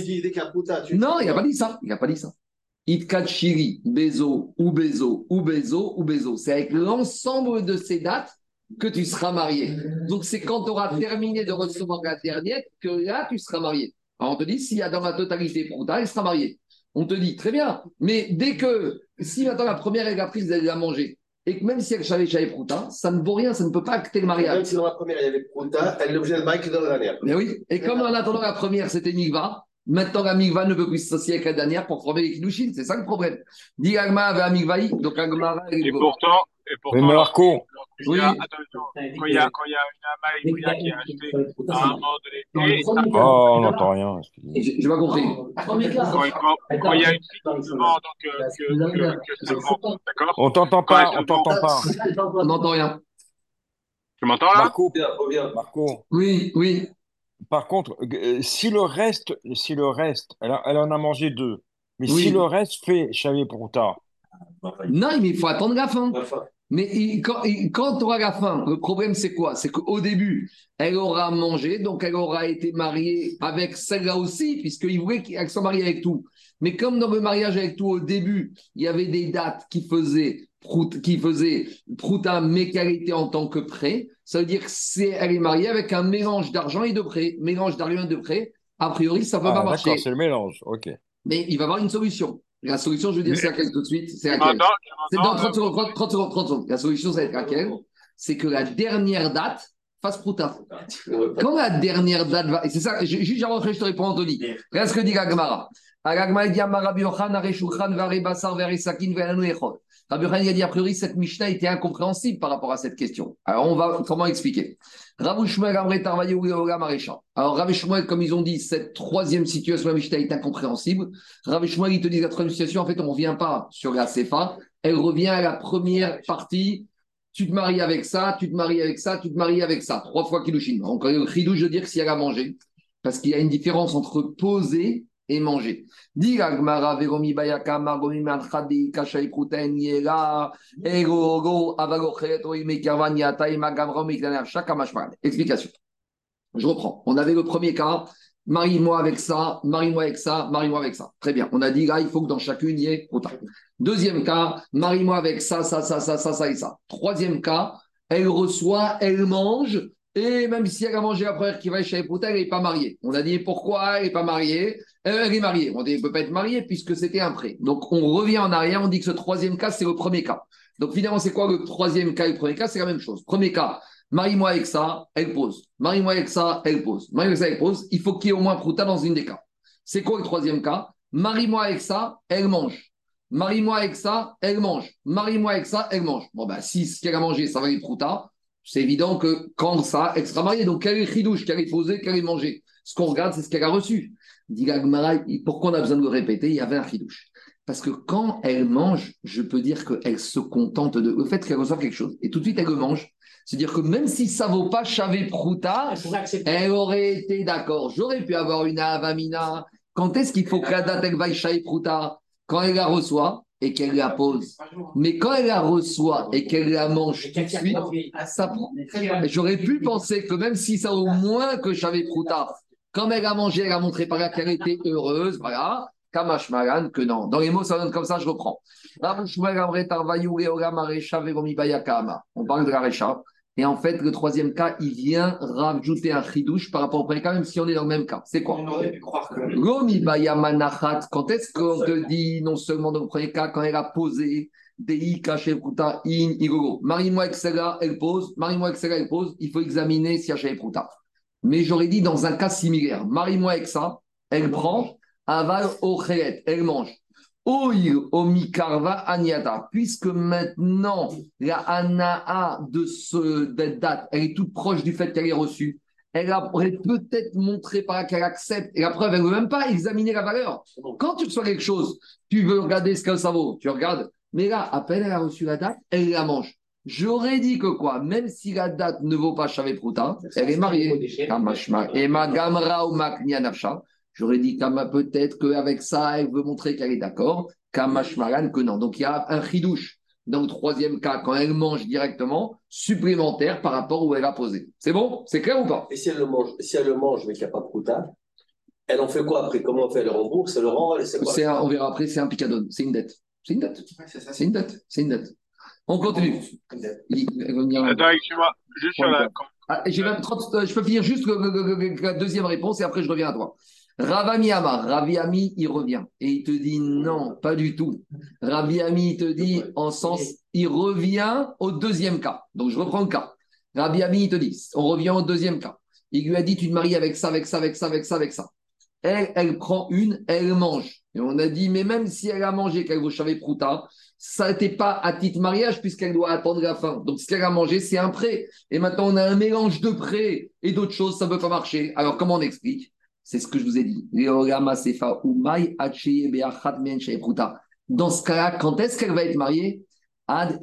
Non, il n'a pas dit ça. Il n'a pas dit ça. Itkachiri, Bezo, ou Bezo, ou Bezo, ou Bezo. C'est avec l'ensemble de ces dates que tu seras marié. Donc, c'est quand tu auras terminé de recevoir la dernière que là, tu seras marié. Alors, on te dit, s'il y a dans la totalité Prouta, elle sera mariée. On te dit, très bien. Mais dès que, si maintenant la première, elle a prise, elle l'a mangée, et que même si elle savait chez Prouta, ça ne vaut rien, ça ne peut pas acter le mariage. Même si dans la première, il y avait Prouta, elle est obligée de marier que dans la dernière. Mais oui. Et comme en attendant la première, c'était Migva, maintenant la Migva ne peut plus s'associer avec la dernière pour former les Kiddushin. C'est ça le problème. Dit Agma avait un Migvaï, donc Agma. Et pourtant, et pourtant, mais Marco, oui. Attention, quand il y a, quand il y a une Amaïkouya qui a acheté à un moment donné. Oh, on n'entend rien. Je n'ai pas compris. Quand, quand, quand il y a une fille qui demande que, que, que, que ça vend, d'accord? On t'entend pas, on t'entend pas. On n'entend rien. Tu m'entends là? Marco, Marco. Oui, oui. Par contre, si le reste, si le reste, elle, a, elle en a mangé deux, mais oui. Si le reste fait Chavé Prouta. Non, mais il faut attendre la fin. La fin. Mais il, quand, il, quand tu auras la fin, le problème c'est quoi? C'est qu'au début, elle aura mangé, donc elle aura été mariée avec celle-là aussi, puisqu'il voulait qu'elle soit mariée avec tout. Mais comme dans le mariage avec tout, au début, il y avait des dates qui faisaient qui faisait Prouta, mais qu'elle était en tant que prêt, ça veut dire qu'elle est mariée avec un mélange d'argent et de prêt. Mélange d'argent et de prêt, a priori, ça ne peut ah, pas marcher. D'accord, c'est le mélange, ok. Mais il va y avoir une solution. La solution, je veux dire, c'est laquelle tout de suite? C'est laquelle? C'est dans trente secondes, trente secondes, trente secondes. La solution, ça va être laquelle? C'est que la dernière date fasse Prouta. Quand la dernière date va. Et c'est ça, juste avant que je te réponds, Anthony. Regarde ce que dit la Gemara. La Gemara dit Amarabi Ochan, Areshukhan, Varebassar, Veresakin, Veranu Echot. Rabbi Yochanan a dit a priori cette Mishnah était incompréhensible par rapport à cette question. Alors on va comment expliquer. Rabbi Shmuel Amrei Tarvayu Ola Marécha. Alors Rabbi Shmuel, comme ils ont dit, cette troisième situation de la Mishnah est incompréhensible. Rabbi Shmuel, ils te disent la troisième situation, en fait, on ne revient pas sur la Sefa, elle revient à la première partie. Tu te maries avec ça, tu te maries avec ça, tu te maries avec ça. Trois fois Kiddushin. Donc le chidouche de dire que si elle a mangé, parce qu'il y a une différence entre poser et manger. Dit Agmara, Veromi Bayaka, Margomi Manchadi, Kasha Ikuten, Yela, Ego, Go, Avagochet, Oime Kervan, Yata, Magamra, Mikdaner, Shakamashman. Explication. Je reprends. On avait le premier cas, marie-moi avec ça, marie-moi avec ça, marie-moi avec ça. Très bien. On a dit là, il faut que dans chacune, il y ait autant. Deuxième cas, marie-moi avec ça, ça, ça, ça, ça, ça et ça. Troisième cas, elle reçoit, elle mange. Et même si elle a mangé la première qui va chez Epouta, elle n'est pas mariée. On a dit pourquoi elle n'est pas mariée. Elle est mariée. On dit qu'elle ne peut pas être mariée puisque c'était un prêt. Donc on revient en arrière, on dit que ce troisième cas, c'est le premier cas. Donc finalement, c'est quoi le troisième cas et le premier cas? C'est la même chose. Premier cas, marie-moi avec ça, elle pose. Marie-moi avec ça, elle pose. Marie-moi avec ça, elle pose. Il faut qu'il y ait au moins Prouta dans une des cas. C'est quoi le troisième cas? Marie-moi avec ça, elle mange. Marie-moi avec ça, elle mange. Marie-moi avec ça, elle mange. Bon, ben, si ce qu'elle a mangé, ça va être Prouta. C'est évident que quand ça, elle sera mariée. Donc, quel est le chidouche, quel est posé, quel est mangé? Ce qu'on regarde, c'est ce qu'elle a reçu. Dit Gagmara, pourquoi on a besoin de le répéter? Il y avait un chidouche. Parce que quand elle mange, je peux dire qu'elle se contente de le fait qu'elle reçoive quelque chose. Et tout de suite, elle le mange. C'est-à-dire que même si ça ne vaut pas Chavé Prouta, elle aurait été d'accord. J'aurais pu avoir une Avamina. Quand est-ce qu'il faut que la date, elle vaille Chavé Prouta? Quand elle la reçoit et qu'elle la pose. Mais quand elle la reçoit et qu'elle la mange tout de suite, ça prend. J'aurais pu penser que même si ça vaut moins que Chavé Prouta, comme elle a mangé, elle a montré par là qu'elle était heureuse, voilà. Kamash Malan, que non. Dans les mots, ça donne comme ça, je reprends. On parle de la Récha. Et en fait, le troisième cas, il vient rajouter un chidouche par rapport au premier cas, même si on est dans le même cas. C'est quoi? On aurait pu croire que. Quand est-ce qu'on te dit, non seulement dans le premier cas, quand elle a posé, Dei, Kaché, Pruta, In, Igogo. Marie-moi avec celle-là, elle pose. Marie-moi avec celle-là, elle pose. Il faut examiner si Haché Pruta. Mais j'aurais dit dans un cas similaire. Marie-moi avec ça, elle prend. Aval, Ochelet, elle mange. Oil omikarva aniata, puisque maintenant la anaa de ce, cette date, elle est toute proche du fait qu'elle est reçue, elle aurait peut-être montré par là qu'elle accepte, et la preuve, elle ne veut même pas examiner la valeur. Quand tu reçois quelque chose, tu veux regarder ce que ça vaut, tu regardes, mais là, à peine elle a reçu la date, elle la mange. J'aurais dit que quoi, même si la date ne vaut pas Chavé Prouta, elle est mariée. Et ma gamra ou ma knianafsha. J'aurais dit Kama peut-être qu'avec ça, elle veut montrer qu'elle est d'accord. Kama Shmaran que non. Donc il y a un chidouche dans le troisième cas, quand elle mange directement, supplémentaire par rapport où elle a posé. C'est bon? C'est clair ou pas? Et si elle le mange, si elle le mange mais qu'il n'y a pas de prouta, elle en fait quoi après? Comment on fait? Elle le rembourse? Elle le rend? Elle, c'est quoi? C'est un, on verra après, c'est un picadone. C'est une dette. C'est une dette. Ouais, c'est, ça, c'est une dette. C'est une dette. On continue. Attends, excuse-moi. Juste sur la. Ah, j'ai vingt, trente, je peux finir juste le, le, le, la deuxième réponse et après je reviens à toi. Ravami Amar, Ravi Ami, il revient. Et il te dit non, pas du tout. Ravi Ami, il te dit en sens, il revient au deuxième cas. Donc je reprends le cas. Ravi Ami, il te dit, on revient au deuxième cas. Il lui a dit, tu te maries avec ça, avec ça, avec ça, avec ça, avec ça. Elle, elle prend une, elle mange. Et on a dit, mais même si elle a mangé, qu'elle vous savez prouta, ça n'était pas à titre mariage puisqu'elle doit attendre la fin. Donc ce qu'elle a mangé, c'est un prêt. Et maintenant, on a un mélange de prêts et d'autres choses, ça ne peut pas marcher. Alors comment on explique? C'est ce que je vous ai dit. Dans ce cas-là, quand est-ce qu'elle va être mariée? Ad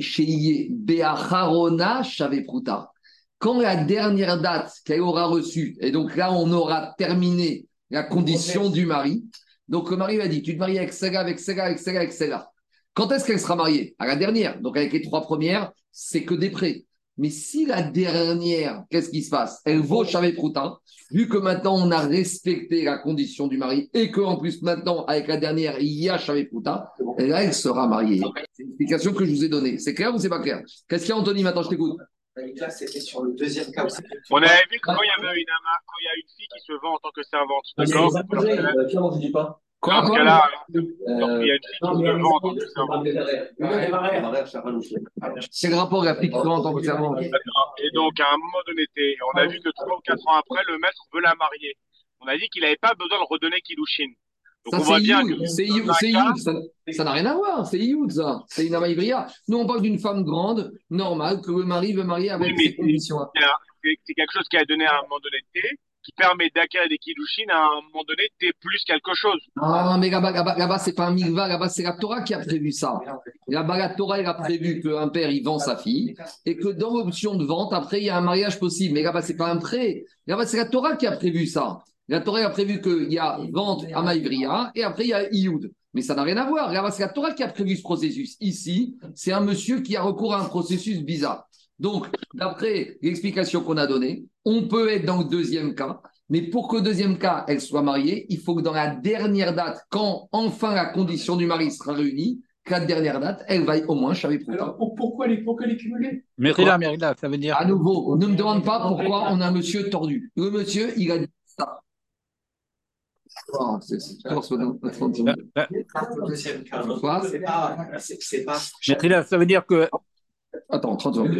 Quand la dernière date qu'elle aura reçue, et donc là, on aura terminé la condition du mari. Donc le mari lui a dit, tu te maries avec celle-là, avec celle-là, avec celle-là, avec celle-là. Quand est-ce qu'elle sera mariée? À la dernière. Donc avec les trois premières, c'est que des prêts. Mais si la dernière, qu'est-ce qui se passe? Elle vaut Chavé Prouta, vu que maintenant on a respecté la condition du mari et qu'en plus maintenant, avec la dernière, il y a Chavé Prouta, là, elle sera mariée. C'est l'explication que je vous ai donnée. C'est clair ou c'est pas clair? Qu'est-ce qu'il y a, Anthony? Maintenant, je t'écoute. Là, c'était sur le deuxième cas. On avait vu que quand il y avait une ama, quand il y a une fille qui se vend en tant que servante, d'accord? Finalement, je dis pas. Quoi, dans ce cas-là, donc il y a une fille qui se vend en tant que servante. C'est le rapport à la fille qui se vend en tant que servante. Et donc, à un moment donné, on a vu que trois ou quatre ans après, le maître veut la marier. On a dit qu'il n'avait pas besoin de redonner Kiddushin. Donc Ça, on c'est voit bien Ioud. que C'est dans Ioud. un C'est cas, Ioud. Ça ça n'a rien à voir. C'est Ioud, ça. C'est une Amaïbria. Nous, on parle d'une femme grande, normale, que le mari veut marier oui, avec mais ces c'est conditions-là. c'est un- c'est- c'est quelque chose qui a donné à un moment donné T, qui permet d'acquérir des kiddushin à un moment donné T plus quelque chose. Ah, mais là-bas, là-bas, là-bas, c'est pas un mikva, là-bas, c'est la Torah qui a prévu ça. Là-bas, la Torah, elle a prévu qu'un père, il vend sa fille, et que dans l'option de vente, après, il y a un mariage possible. Mais là-bas, c'est pas un prêt. Là-bas, c'est la Torah qui a prévu ça. La Torah a prévu qu'il y a vente à Maïvria, et après, il y a Ioud. Mais ça n'a rien à voir. Là-bas, c'est la Torah qui a prévu ce processus. Ici, c'est un monsieur qui a recours à un processus bizarre. Donc, d'après l'explication qu'on a donnée, on peut être dans le deuxième cas. Mais pour qu'au deuxième cas, elle soit mariée, il faut que dans la dernière date, quand enfin la condition du mari sera réunie, que la dernière date, elle vaille au moins Shavuot Prouta. Alors, pour- pourquoi les, pourquoi les cumuler? Mérila, Mérila, ça veut dire. À nouveau, ne me demande pas pourquoi on a un monsieur tordu. Le monsieur, il a dit ça. Oh, c'est- c'est- c'est- Euh, euh, Quoi C'est pas. C'est c'est pas. Mérila, ça veut dire que. Attends, trente secondes.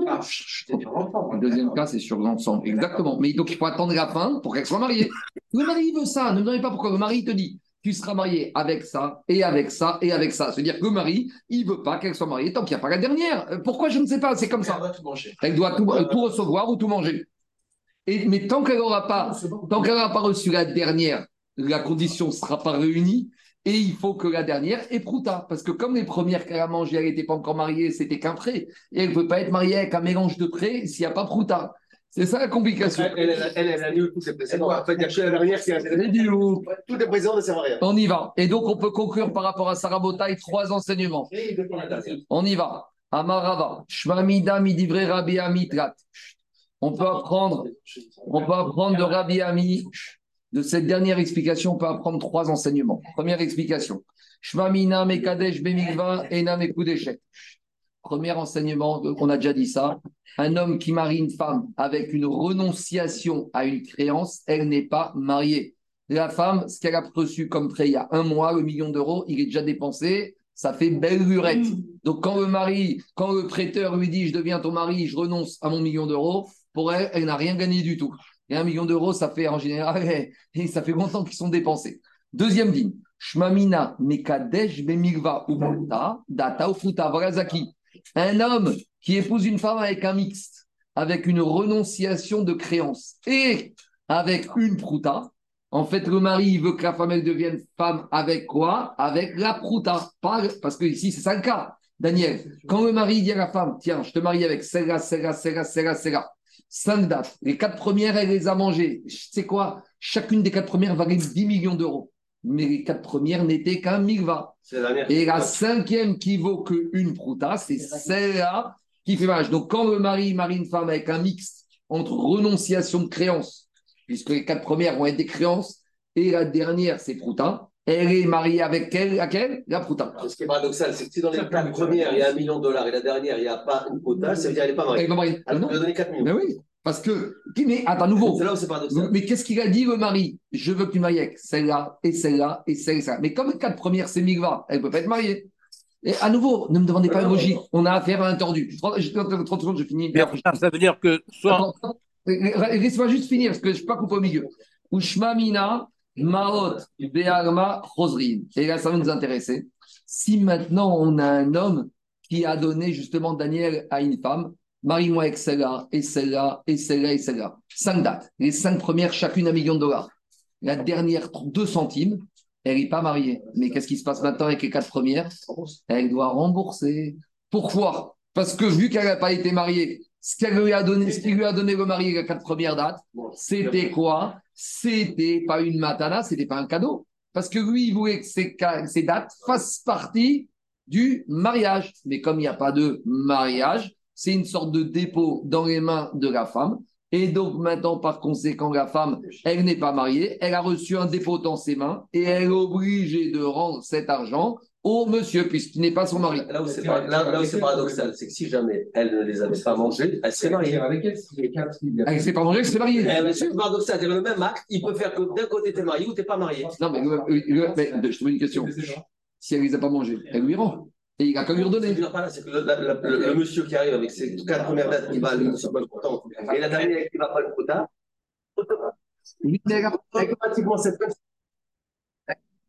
Le deuxième cas, c'est sur l'ensemble. Exactement. Mais donc, il faut attendre la fin pour qu'elle soit mariée. Le mari il veut ça. Ne me demandez pas pourquoi. Le mari te dit tu seras marié avec ça, et avec ça, et avec ça. C'est-à-dire que le mari, il ne veut pas qu'elle soit mariée tant qu'il n'y a pas la dernière. Euh, Pourquoi je ne sais pas. C'est comme ça. Elle doit tout, tout recevoir ou tout manger. Et, mais tant qu'elle n'aura pas, tant qu'elle n'aura pas reçu la dernière, la condition ne sera pas réunie. Et il faut que la dernière est prouta. Parce que comme les premières qu'elle a mangées, elle n'était pas encore mariée, c'était qu'un prêt. Et elle ne peut pas être mariée avec un mélange de prêts s'il n'y a pas prouta. C'est ça la complication. Elle, elle, elle, elle annule tous ses précédents. En fait, il y a que la dernière qui a C'est du loup. Tous les précédents ne servent à rien. On y va. Et donc, on peut conclure par rapport à Sarah Botaï trois enseignements. Et il dépend de la dernière. On y va. Amarava. Shmamida midivre Rabbi Amitrat. On peut apprendre, on peut apprendre de Rabbi Ami. De cette dernière explication, on peut apprendre trois enseignements. Première explication. Shmamina mekadesh bemikva ena mekudeshet. Premier enseignement, on a déjà dit ça. Un homme qui marie une femme avec une renonciation à une créance, elle n'est pas mariée. La femme, ce qu'elle a reçu comme prêt il y a un mois, le million d'euros, il est déjà dépensé, ça fait belle lurette. Donc quand le mari, quand le prêteur lui dit je deviens ton mari, je renonce à mon million d'euros, pour elle, elle n'a rien gagné du tout. Et un million d'euros, ça fait en général, et ça fait longtemps qu'ils sont dépensés. Deuxième ligne. Shmamina mekadesh bemikva ufuta data ufuta varazaki. Un homme qui épouse une femme avec un mixte, avec une renonciation de créance et avec une prouta. En fait, le mari il veut que la femme elle devienne femme avec quoi? Avec la prouta. Pas, parce que ici, c'est ça le cas. Daniel, quand le mari dit à la femme, tiens, je te marie avec celle-là, celle-là, celle-là, celle-là, celle-là. Cinq dates. Les quatre premières, elle les a mangées. C'est quoi? Chacune des quatre premières valait dix millions d'euros. Mais les quatre premières n'étaient qu'un mikva. La Et la cinquième qui vaut qu'une prouta, c'est celle-là qui fait mariage. Donc, quand le mari marie une femme avec un mix entre renonciation de créance, puisque les quatre premières vont être des créances, et la dernière, c'est prouta, elle est mariée avec quelle, laquelle? La prouta. Ce qui est paradoxal, c'est que si dans les quatre premières, il y a un million de dollars et la dernière, il n'y a pas une quota, ça veut dire qu'elle n'est pas Elle est mariée. pas mariée. Elle Non. peut donner quatre millions. Mais oui, parce que. Mais attends, nouveau. C'est là où c'est paradoxal. Mais qu'est-ce qu'il a dit, le mari? Je veux que tu maries avec celle-là, et celle-là, et celle-là. Mais comme les quatre premières, c'est Migva, elle ne peut pas être mariée. Et à nouveau, ne me demandez pas la logique. On a affaire à un tordu. trente secondes, je finis. Mais enfin, ça veut dire que soit. Attends, attends. Laisse-moi juste finir, parce que je ne suis pas coupé au milieu. Ushmamina, Maot, Be'alma, Rosrin. Et là, ça va nous intéresser. Si maintenant on a un homme qui a donné justement Daniel à une femme, marie-moi avec celle-là, et celle-là, et celle-là, et celle-là. Cinq dates. Les cinq premières, chacune un million de dollars. La dernière, deux centimes, elle n'est pas mariée. Mais qu'est-ce qui se passe maintenant avec les quatre premières? Elle doit rembourser. Pourquoi? Parce que vu qu'elle n'a pas été mariée, ce qu'elle lui a donné, ce qu'il lui a donné le mari les quatre premières dates, c'était quoi? C'était pas une matana, c'était pas un cadeau. Parce que lui, il voulait que ces, ces dates fassent partie du mariage. Mais comme il n'y a pas de mariage, c'est une sorte de dépôt dans les mains de la femme. Et donc maintenant, par conséquent, la femme, elle n'est pas mariée, elle a reçu un dépôt dans ses mains et elle est obligée de rendre cet argent au monsieur, puisqu'il n'est pas son mari. Là où c'est par- là- là où c'est paradoxal, c'est que si jamais elle ne les avait pas mangés, elle serait mariée. Avec elle, si les quatre, il y a- Elle ne s'est pas mangée, elle s'est mariée. Eh, mais c'est paradoxal, c'est-à-dire le même acte, il peut faire que d'un côté tu es marié ou tu n'es pas marié. Non, mais, le- le- le- mais je te pose une question. Si elle ne les a pas mangés, elle lui rend. Et il n'a qu'à lui redonner. Ce que je veux dire par là, c'est que le, la- la- le- le monsieur qui arrive avec ses quatre premières dates qui va le monsieur pas le content, et la dernière qui ne va pas le quota, Oui, mais elle a- automatiquement cette personne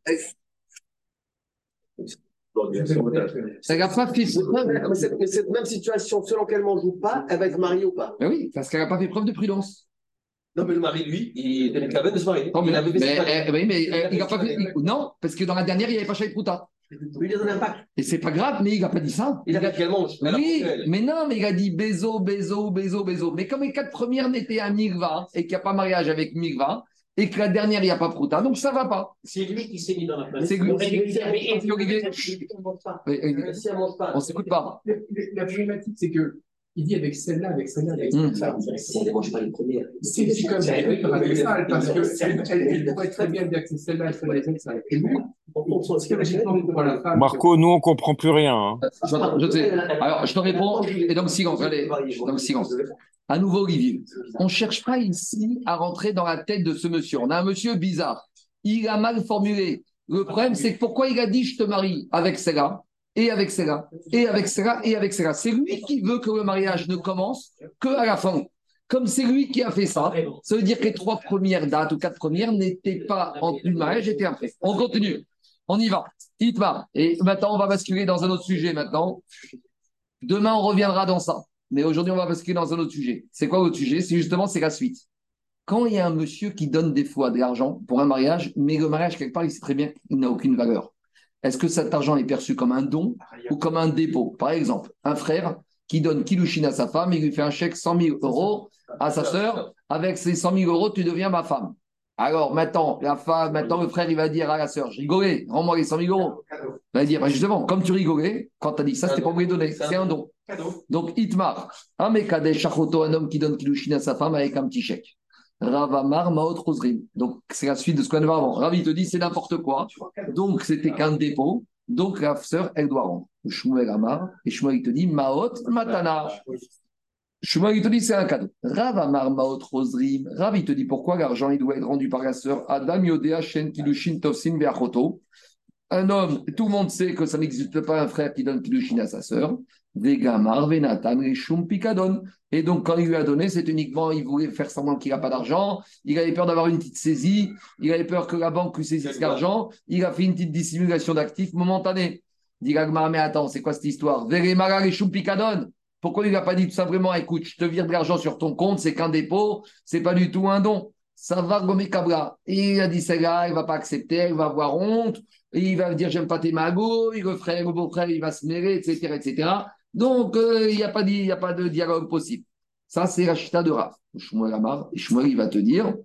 Elle n'a pas fait preuve. Mais cette, mais cette même situation, selon qu'elle ne joue pas, elle va être mariée ou pas? Mais oui, parce qu'elle n'a pas fait preuve de prudence. Non, mais le mari, lui, il était capable de se marier. Non, mais, il avait fait mais, ses papiers. eh, oui, mais Il eh, avait il n'a fait pas ses fait. papiers. Non, parce que dans la dernière, il n'y avait pas Shaï Prouta. Il lui a donné un pacte. Et c'est pas grave, mais il n'a pas dit ça. Il a fait également. Oui, mais non, mais il a dit Bézo, Bézo, Bézo, Bézo. Mais comme les quatre premières n'étaient à Migva et qu'il n'y a pas mariage avec Migva, et que la dernière, il n'y a pas Prouta, donc ça ne va pas. C'est lui qui s'est mis dans la place. C'est lui. Il aurait dû dire, mais- C'est Olivier. On ne mange pas. Oui, oui. Si elle ne mange pas. On ne s'écoute pas. La, la problématique, c'est que il dit avec celle-là, avec celle-là, avec Hum. celle-là. Si elle ne mange pas les premières. C'est c'est comme ça, elle est paradoxale, parce qu'elle elle, elle pourrait très bien dire que c'est celle-là, celle-là, celle-là, ça va être lui. Psychologiquement, pour la femme, Marco, nous, on comprend plus rien. Hein. Je, je sais. Alors, je te réponds, et donc silence, allez, donc silence. À nouveau, Olivier, on ne cherche pas ici à rentrer dans la tête de ce monsieur. On a un monsieur bizarre. Il a mal formulé. Le problème, c'est que pourquoi il a dit je te marie avec celle-là, et avec celle-là, et avec celle-là, et avec celle-là. C'est lui qui veut que le mariage ne commence qu'à la fin. Comme c'est lui qui a fait ça, ça veut dire que les trois premières dates ou quatre premières n'étaient pas en une mariage, étaient après. On continue. On y va. Itmar. Et maintenant, on va basculer dans un autre sujet maintenant. Demain, on reviendra dans ça. Mais aujourd'hui, on va basculer dans un autre sujet. C'est quoi l'autre sujet? C'est justement, c'est la suite. Quand il y a un monsieur qui donne des fois de l'argent pour un mariage, mais le mariage, quelque part, il sait très bien qu'il n'a aucune valeur. Est-ce que cet argent est perçu comme un don ou comme un dépôt? Par exemple, un frère qui donne Kilouchine à sa femme, il lui fait un chèque cent mille euros à sa sœur. Avec ces cent mille euros, tu deviens ma femme. Alors maintenant, la femme, maintenant le frère, il va dire à la sœur, je rigolais, rends-moi les cent mille euros. Il va dire, bah justement, comme tu rigolais, quand tu as dit ça, c'était pas obligé de donner, c'est un don. Donc, Itmar, un Mekadesh Shachoto, un homme qui donne Kilouchine à sa femme avec un petit chèque. Ravamar, Maot Rosrim. Donc, c'est la suite de ce qu'on avait avant. Ravi te dit, c'est n'importe quoi. Donc, c'était qu'un dépôt. Donc, la sœur, elle doit rendre. Shmuel Amar, et Shmuel, il te dit, Maot Matana. Shmuel, il te dit, c'est un cadeau. Ravamar, Maot Rosrim. Rav, il te dit, pourquoi l'argent, il doit être rendu par la sœur Adam Yodea, Shen Kilushin Tovsin Beachoto. Un homme, tout le monde sait que ça n'existe pas un frère qui donne Kilushin à sa sœur. Vegamar, Venatan, Rishum Pikadon. Et donc, quand il lui a donné, c'est uniquement, il voulait faire semblant qu'il n'a pas d'argent, il avait peur d'avoir une petite saisie, il avait peur que la banque lui saisisse l'argent, il a fait une petite dissimulation d'actifs momentanée. Dit Gagmar, mais attends, c'est quoi cette histoire? Vegamar, Rishum Pikadon. Pourquoi il n'a pas dit tout simplement, écoute, je te vire de l'argent sur ton compte, c'est qu'un dépôt, c'est pas du tout un don. Ça va gommer cabra. Et il a dit, celle-là, il ne va pas accepter, il va avoir honte, et il va dire, j'aime pas tes magots, le frère, le beau-frère, il va se mêler, et cetera, et cetera. Donc, euh, il n'y a, pas de- a pas de dialogue possible. Ça, c'est la chita de Rav. Shmuel Amar, et Shmuel, il va te dire,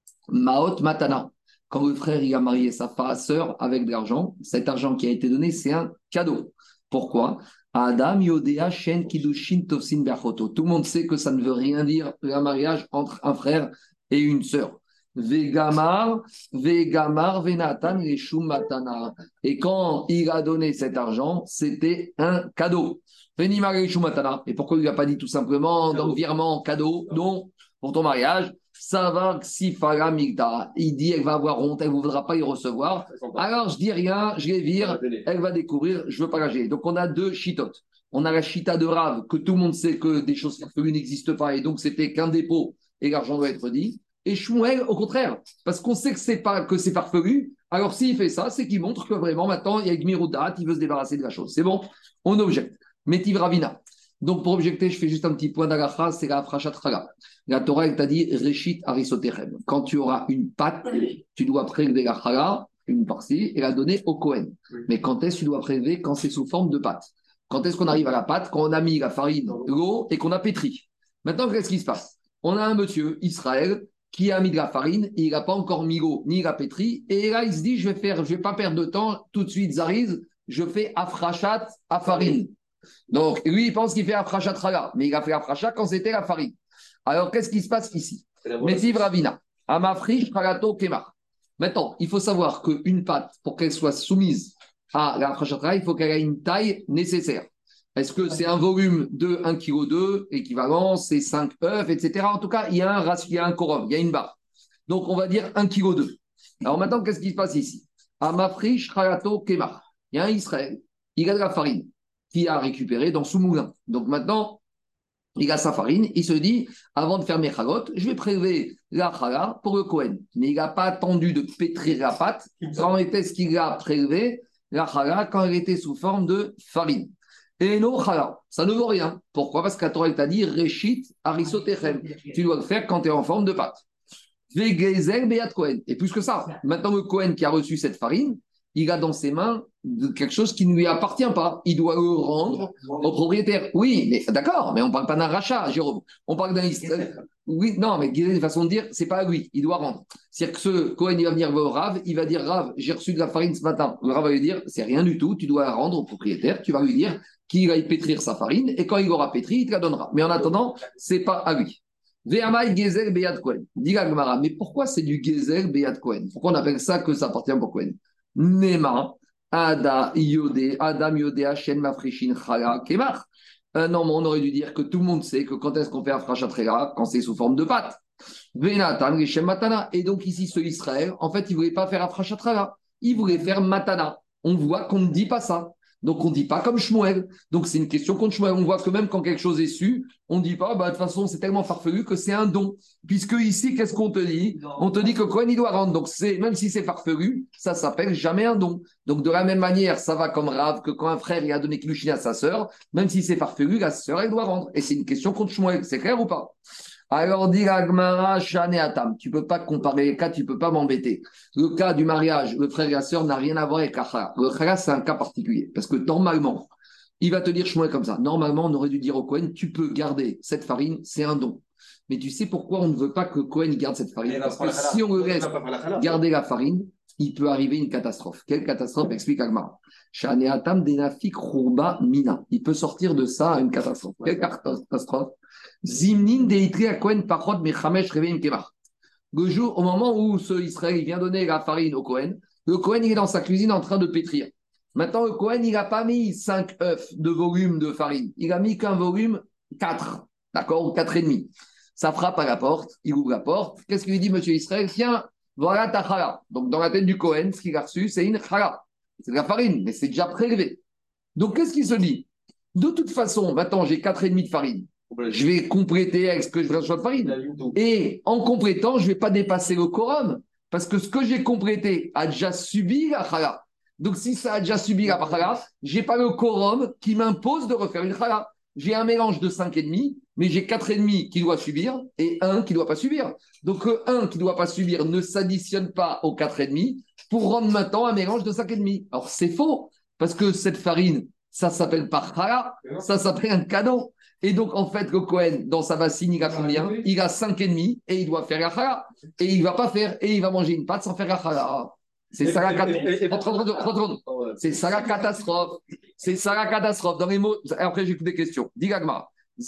Maot Matana. Quand le frère, il a marié sa sœur avec de l'argent, cet argent qui a été donné, c'est un cadeau. Pourquoi? Adam Yodea Shen Kidushin Tovsin Beachoto. Tout le monde sait que ça ne veut rien dire un mariage entre un frère et une sœur. Vegamar, Vegamar, Venatan, Reshum Matana. Et quand il a donné cet argent, c'était un cadeau. Venimar Reshum Matana. Et pourquoi il ne lui a pas dit tout simplement dans le virement cadeau? Non, pour ton mariage, ça va si Farah Migdara. Il dit elle va avoir honte, elle ne voudra pas y recevoir. Alors je dis rien, je les vire, elle va découvrir, je ne veux pas la gérer. Donc on a deux chitotes. On a la chita de Rav, que tout le monde sait que des choses farfelues n'existent pas, et donc c'était qu'un dépôt, et l'argent doit être dit. Et Shmuel, au contraire, parce qu'on sait que c'est pas que c'est farfelu, alors s'il fait ça, c'est qu'il montre que vraiment maintenant, il y a Gmiroudat, il veut se débarrasser de la chose. C'est bon, on objecte. Métiv Ravina. Donc pour objecter, je fais juste un petit point d'agafra, c'est la frachat chala. La Torah, elle t'a dit Reshit Arisotechem. Quand tu auras une pâte, tu dois prélever la chala, une partie, et la donner au Kohen. Mais quand est-ce que tu dois prélever? Quand c'est sous forme de pâte. Quand est-ce qu'on arrive à la pâte? Quand on a mis la farine, l'eau et qu'on a pétri. Maintenant, qu'est-ce qui se passe? On a un monsieur, Israël, qui a mis de la farine, et il n'a pas encore mis l'eau, ni la pétri, et là, il se dit, je vais faire, je vais pas perdre de temps, tout de suite, Zariz, je fais afrachat à farine. Donc, lui, il pense qu'il fait afrachat raga, mais il a fait afrachat quand c'était la farine. Alors, qu'est-ce qui se passe ici? Métiv Ravina, Amafrish Ragato Kemar. Maintenant, il faut savoir qu'une pâte, pour qu'elle soit soumise à la afrachat raga, il faut qu'elle ait une taille nécessaire. Est-ce que c'est un volume de un virgule deux kg, équivalent, c'est cinq œufs, et cetera. En tout cas, il y a un ratio, il y a un quorum, il y a une barre. Donc, on va dire un virgule deux kg. Alors maintenant, qu'est-ce qui se passe ici? Amafrish Ragato Kemar. Il y a un Israël, il a de la farine qui a récupéré dans son moulin. Donc maintenant, il a sa farine, il se dit, avant de faire mes chalotes, je vais prélever la chala pour le Kohen. Mais il n'a pas attendu de pétrir la pâte. Quand était-ce qu'il a prélevé la chala? Quand elle était sous forme de farine. Et non chala, ça ne vaut rien. Pourquoi? Parce que la Torah t'a dit, Reshit arisotechem. Tu dois le faire quand tu es en forme de pâte. Vegezel beyat Kohen. Et plus que ça, maintenant le Kohen qui a reçu cette farine, il a dans ses mains quelque chose qui ne lui appartient pas. Il doit le rendre au propriétaire. Oui, mais d'accord, mais on ne parle pas d'un rachat, Jérôme. On parle d'un... Oui, non, mais une façon de dire, c'est pas à lui, il doit rendre. C'est-à-dire que ce Cohen, il va venir voir Rav, il va dire, Rav, j'ai reçu de la farine ce matin. Le Rav va lui dire, c'est rien du tout, tu dois la rendre au propriétaire. Tu vas lui dire qu'il aille pétrir sa farine, et quand il aura pétri, il te la donnera. Mais en attendant, c'est pas à lui. Ve'amai gezel beyad Cohen. Dit la Gemara, mais pourquoi c'est du gezel beyad Cohen? Pourquoi on appelle ça que ça appartient pour Cohen? Nema, Ada, Yodé, Adam, Yodé, Hachem, Mafrishin, Chala, Kemar. Euh, non, mais on aurait dû dire que tout le monde sait que quand est-ce qu'on fait Afrachatrela? Quand c'est sous forme de pâte. Venatan, Rishem, Matana. Et donc ici, ce Israël, en fait, il ne voulait pas faire Afrachatrela. Il voulait faire Matana. On voit qu'on ne dit pas ça. Donc on ne dit pas comme Shmuel. Donc c'est une question contre Shmuel. On voit que même quand quelque chose est su, on ne dit pas, bah, de toute façon, c'est tellement farfelu que c'est un don. Puisque ici, qu'est-ce qu'on te dit? On te dit que Cohen, il doit rendre. Donc c'est, même si c'est farfelu, ça s'appelle jamais un don. Donc de la même manière, ça va comme Rav, que quand un frère il a donné Kilushin à sa sœur, même si c'est farfelu, la sœur, elle doit rendre. Et c'est une question contre Shmuel. C'est clair ou pas? Alors, dit la Gemara, Shane Atam, tu ne peux pas comparer les cas, tu ne peux pas m'embêter. Le cas du mariage, le frère et la sœur n'a rien à voir avec la chala. Le chala, c'est un cas particulier. Parce que normalement, il va te dire Shmuel comme ça. Normalement, on aurait dû dire au Cohen, tu peux garder cette farine, c'est un don. Mais tu sais pourquoi on ne veut pas que Cohen garde cette farine? Parce que si on le laisse garder la farine, il peut arriver une catastrophe. Quelle catastrophe? Explique Agmara. Shane Atam, Denafik, Rourba, Mina. Il peut sortir de ça à une catastrophe. Quelle catastrophe? Zimnin deitri à Cohen parot mechamesh reveim kemar. Le jour, au moment où ce Israël il vient donner la farine au Cohen, le Cohen il est dans sa cuisine en train de pétrir. Maintenant, le Cohen il n'a pas mis cinq œufs de volume de farine. Il a mis qu'un volume quatre. D'accord? Ou quatre et demi. Ça frappe à la porte. Il ouvre la porte. Qu'est-ce qu'il lui dit, monsieur Israël? Tiens, voilà ta chala. Donc, dans la tête du Cohen, ce qu'il a reçu, c'est une chala. C'est de la farine, mais c'est déjà prélevé. Donc, qu'est-ce qu'il se dit? De toute façon, maintenant, j'ai quatre et demi de farine. Je vais compléter avec ce que je reçois de farine. Et en complétant, je ne vais pas dépasser le quorum. Parce que ce que j'ai complété a déjà subi la chala. Donc, si ça a déjà subi la chala, je n'ai pas le quorum qui m'impose de refaire une chala. J'ai un mélange de cinq virgule cinq, mais j'ai quatre virgule cinq qui doit subir et un qui ne doit pas subir. Donc, le un qui ne doit pas subir ne s'additionne pas au quatre virgule cinq pour rendre maintenant un mélange de cinq virgule cinq. Alors, c'est faux. Parce que cette farine, ça s'appelle pas chala, ça s'appelle un cadeau. Et donc, en fait, le Cohen, dans sa bassine, il a combien? Il a cinq virgule cinq et il doit faire la chala. Et il ne va pas faire, et il va manger une pâte sans faire la chala. C'est ça la catastrophe. C'est ça la catastrophe. C'est ça la catastrophe. Dans les mots, après, j'écoute des questions. Dis Gagma.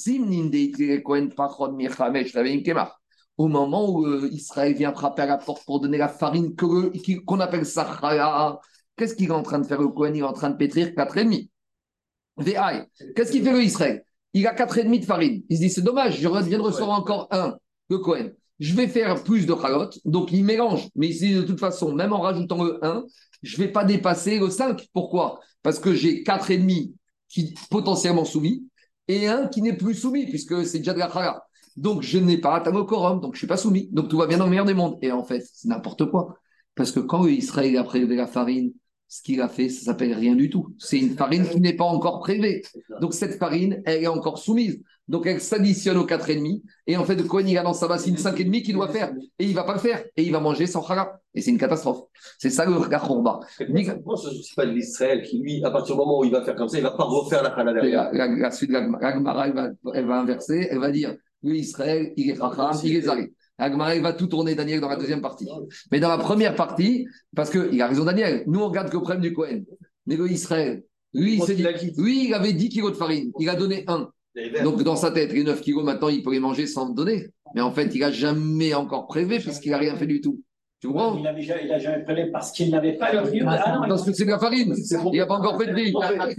Au moment où euh, Israël vient frapper à la porte pour donner la farine que, qu'on appelle ça chala, qu'est-ce qu'il est en train de faire le Cohen? Il est en train de pétrir quatre virgule cinq. Qu'est-ce qu'il fait le Israël? Il a quatre virgule cinq de farine. Il se dit, c'est dommage, je viens de recevoir encore un, le Cohen. Je vais faire plus de chalotes, donc il mélange. Mais ici, de toute façon, même en rajoutant le un, je ne vais pas dépasser le cinq. Pourquoi? Parce que j'ai quatre virgule cinq qui potentiellement soumis et un qui n'est plus soumis, puisque c'est déjà de la chala. Donc, je n'ai pas atteint le quorum, donc je ne suis pas soumis. Donc, tout va bien dans le meilleur des mondes. Et en fait, c'est n'importe quoi. Parce que quand Israël a prélevé la farine, ce qu'il a fait, ça s'appelle rien du tout. C'est une farine qui n'est pas encore prélevée. Donc, cette farine, elle est encore soumise. Donc, elle s'additionne au quatre virgule cinq. Et en fait, de Cohen, il a dans sa bassine cinq virgule cinq qu'il doit faire. Et il ne va pas le faire. Et il va manger sans chala. Et c'est une catastrophe. C'est ça le regard Khorba. Moi, ce n'est pas de l'Israël qui, lui, à partir du moment où il va faire comme ça, il ne va pas refaire la chala derrière. La, la, la suite de la Gemara, elle va, elle va inverser. Elle va dire, lui, Israël, il est racham, il est zari. La Gemara, elle va tout tourner, Daniel, dans la deuxième partie. Mais dans la première partie, parce qu'il a raison, Daniel, nous, on regarde que le problème du Cohen. Mais le Israël, lui, il s'est dit, lui, il avait dix kilos de farine. Il a donné un. Donc, dans sa tête, les neuf kilos, maintenant, il peut les manger sans donner. Mais en fait, il n'a jamais encore prélevé puisqu'il n'a rien fait du tout. Tu comprends? Il n'a jamais prélevé parce qu'il n'avait pas le riz. Ah non, parce que c'est de la farine. Il n'a pas encore fait de riz.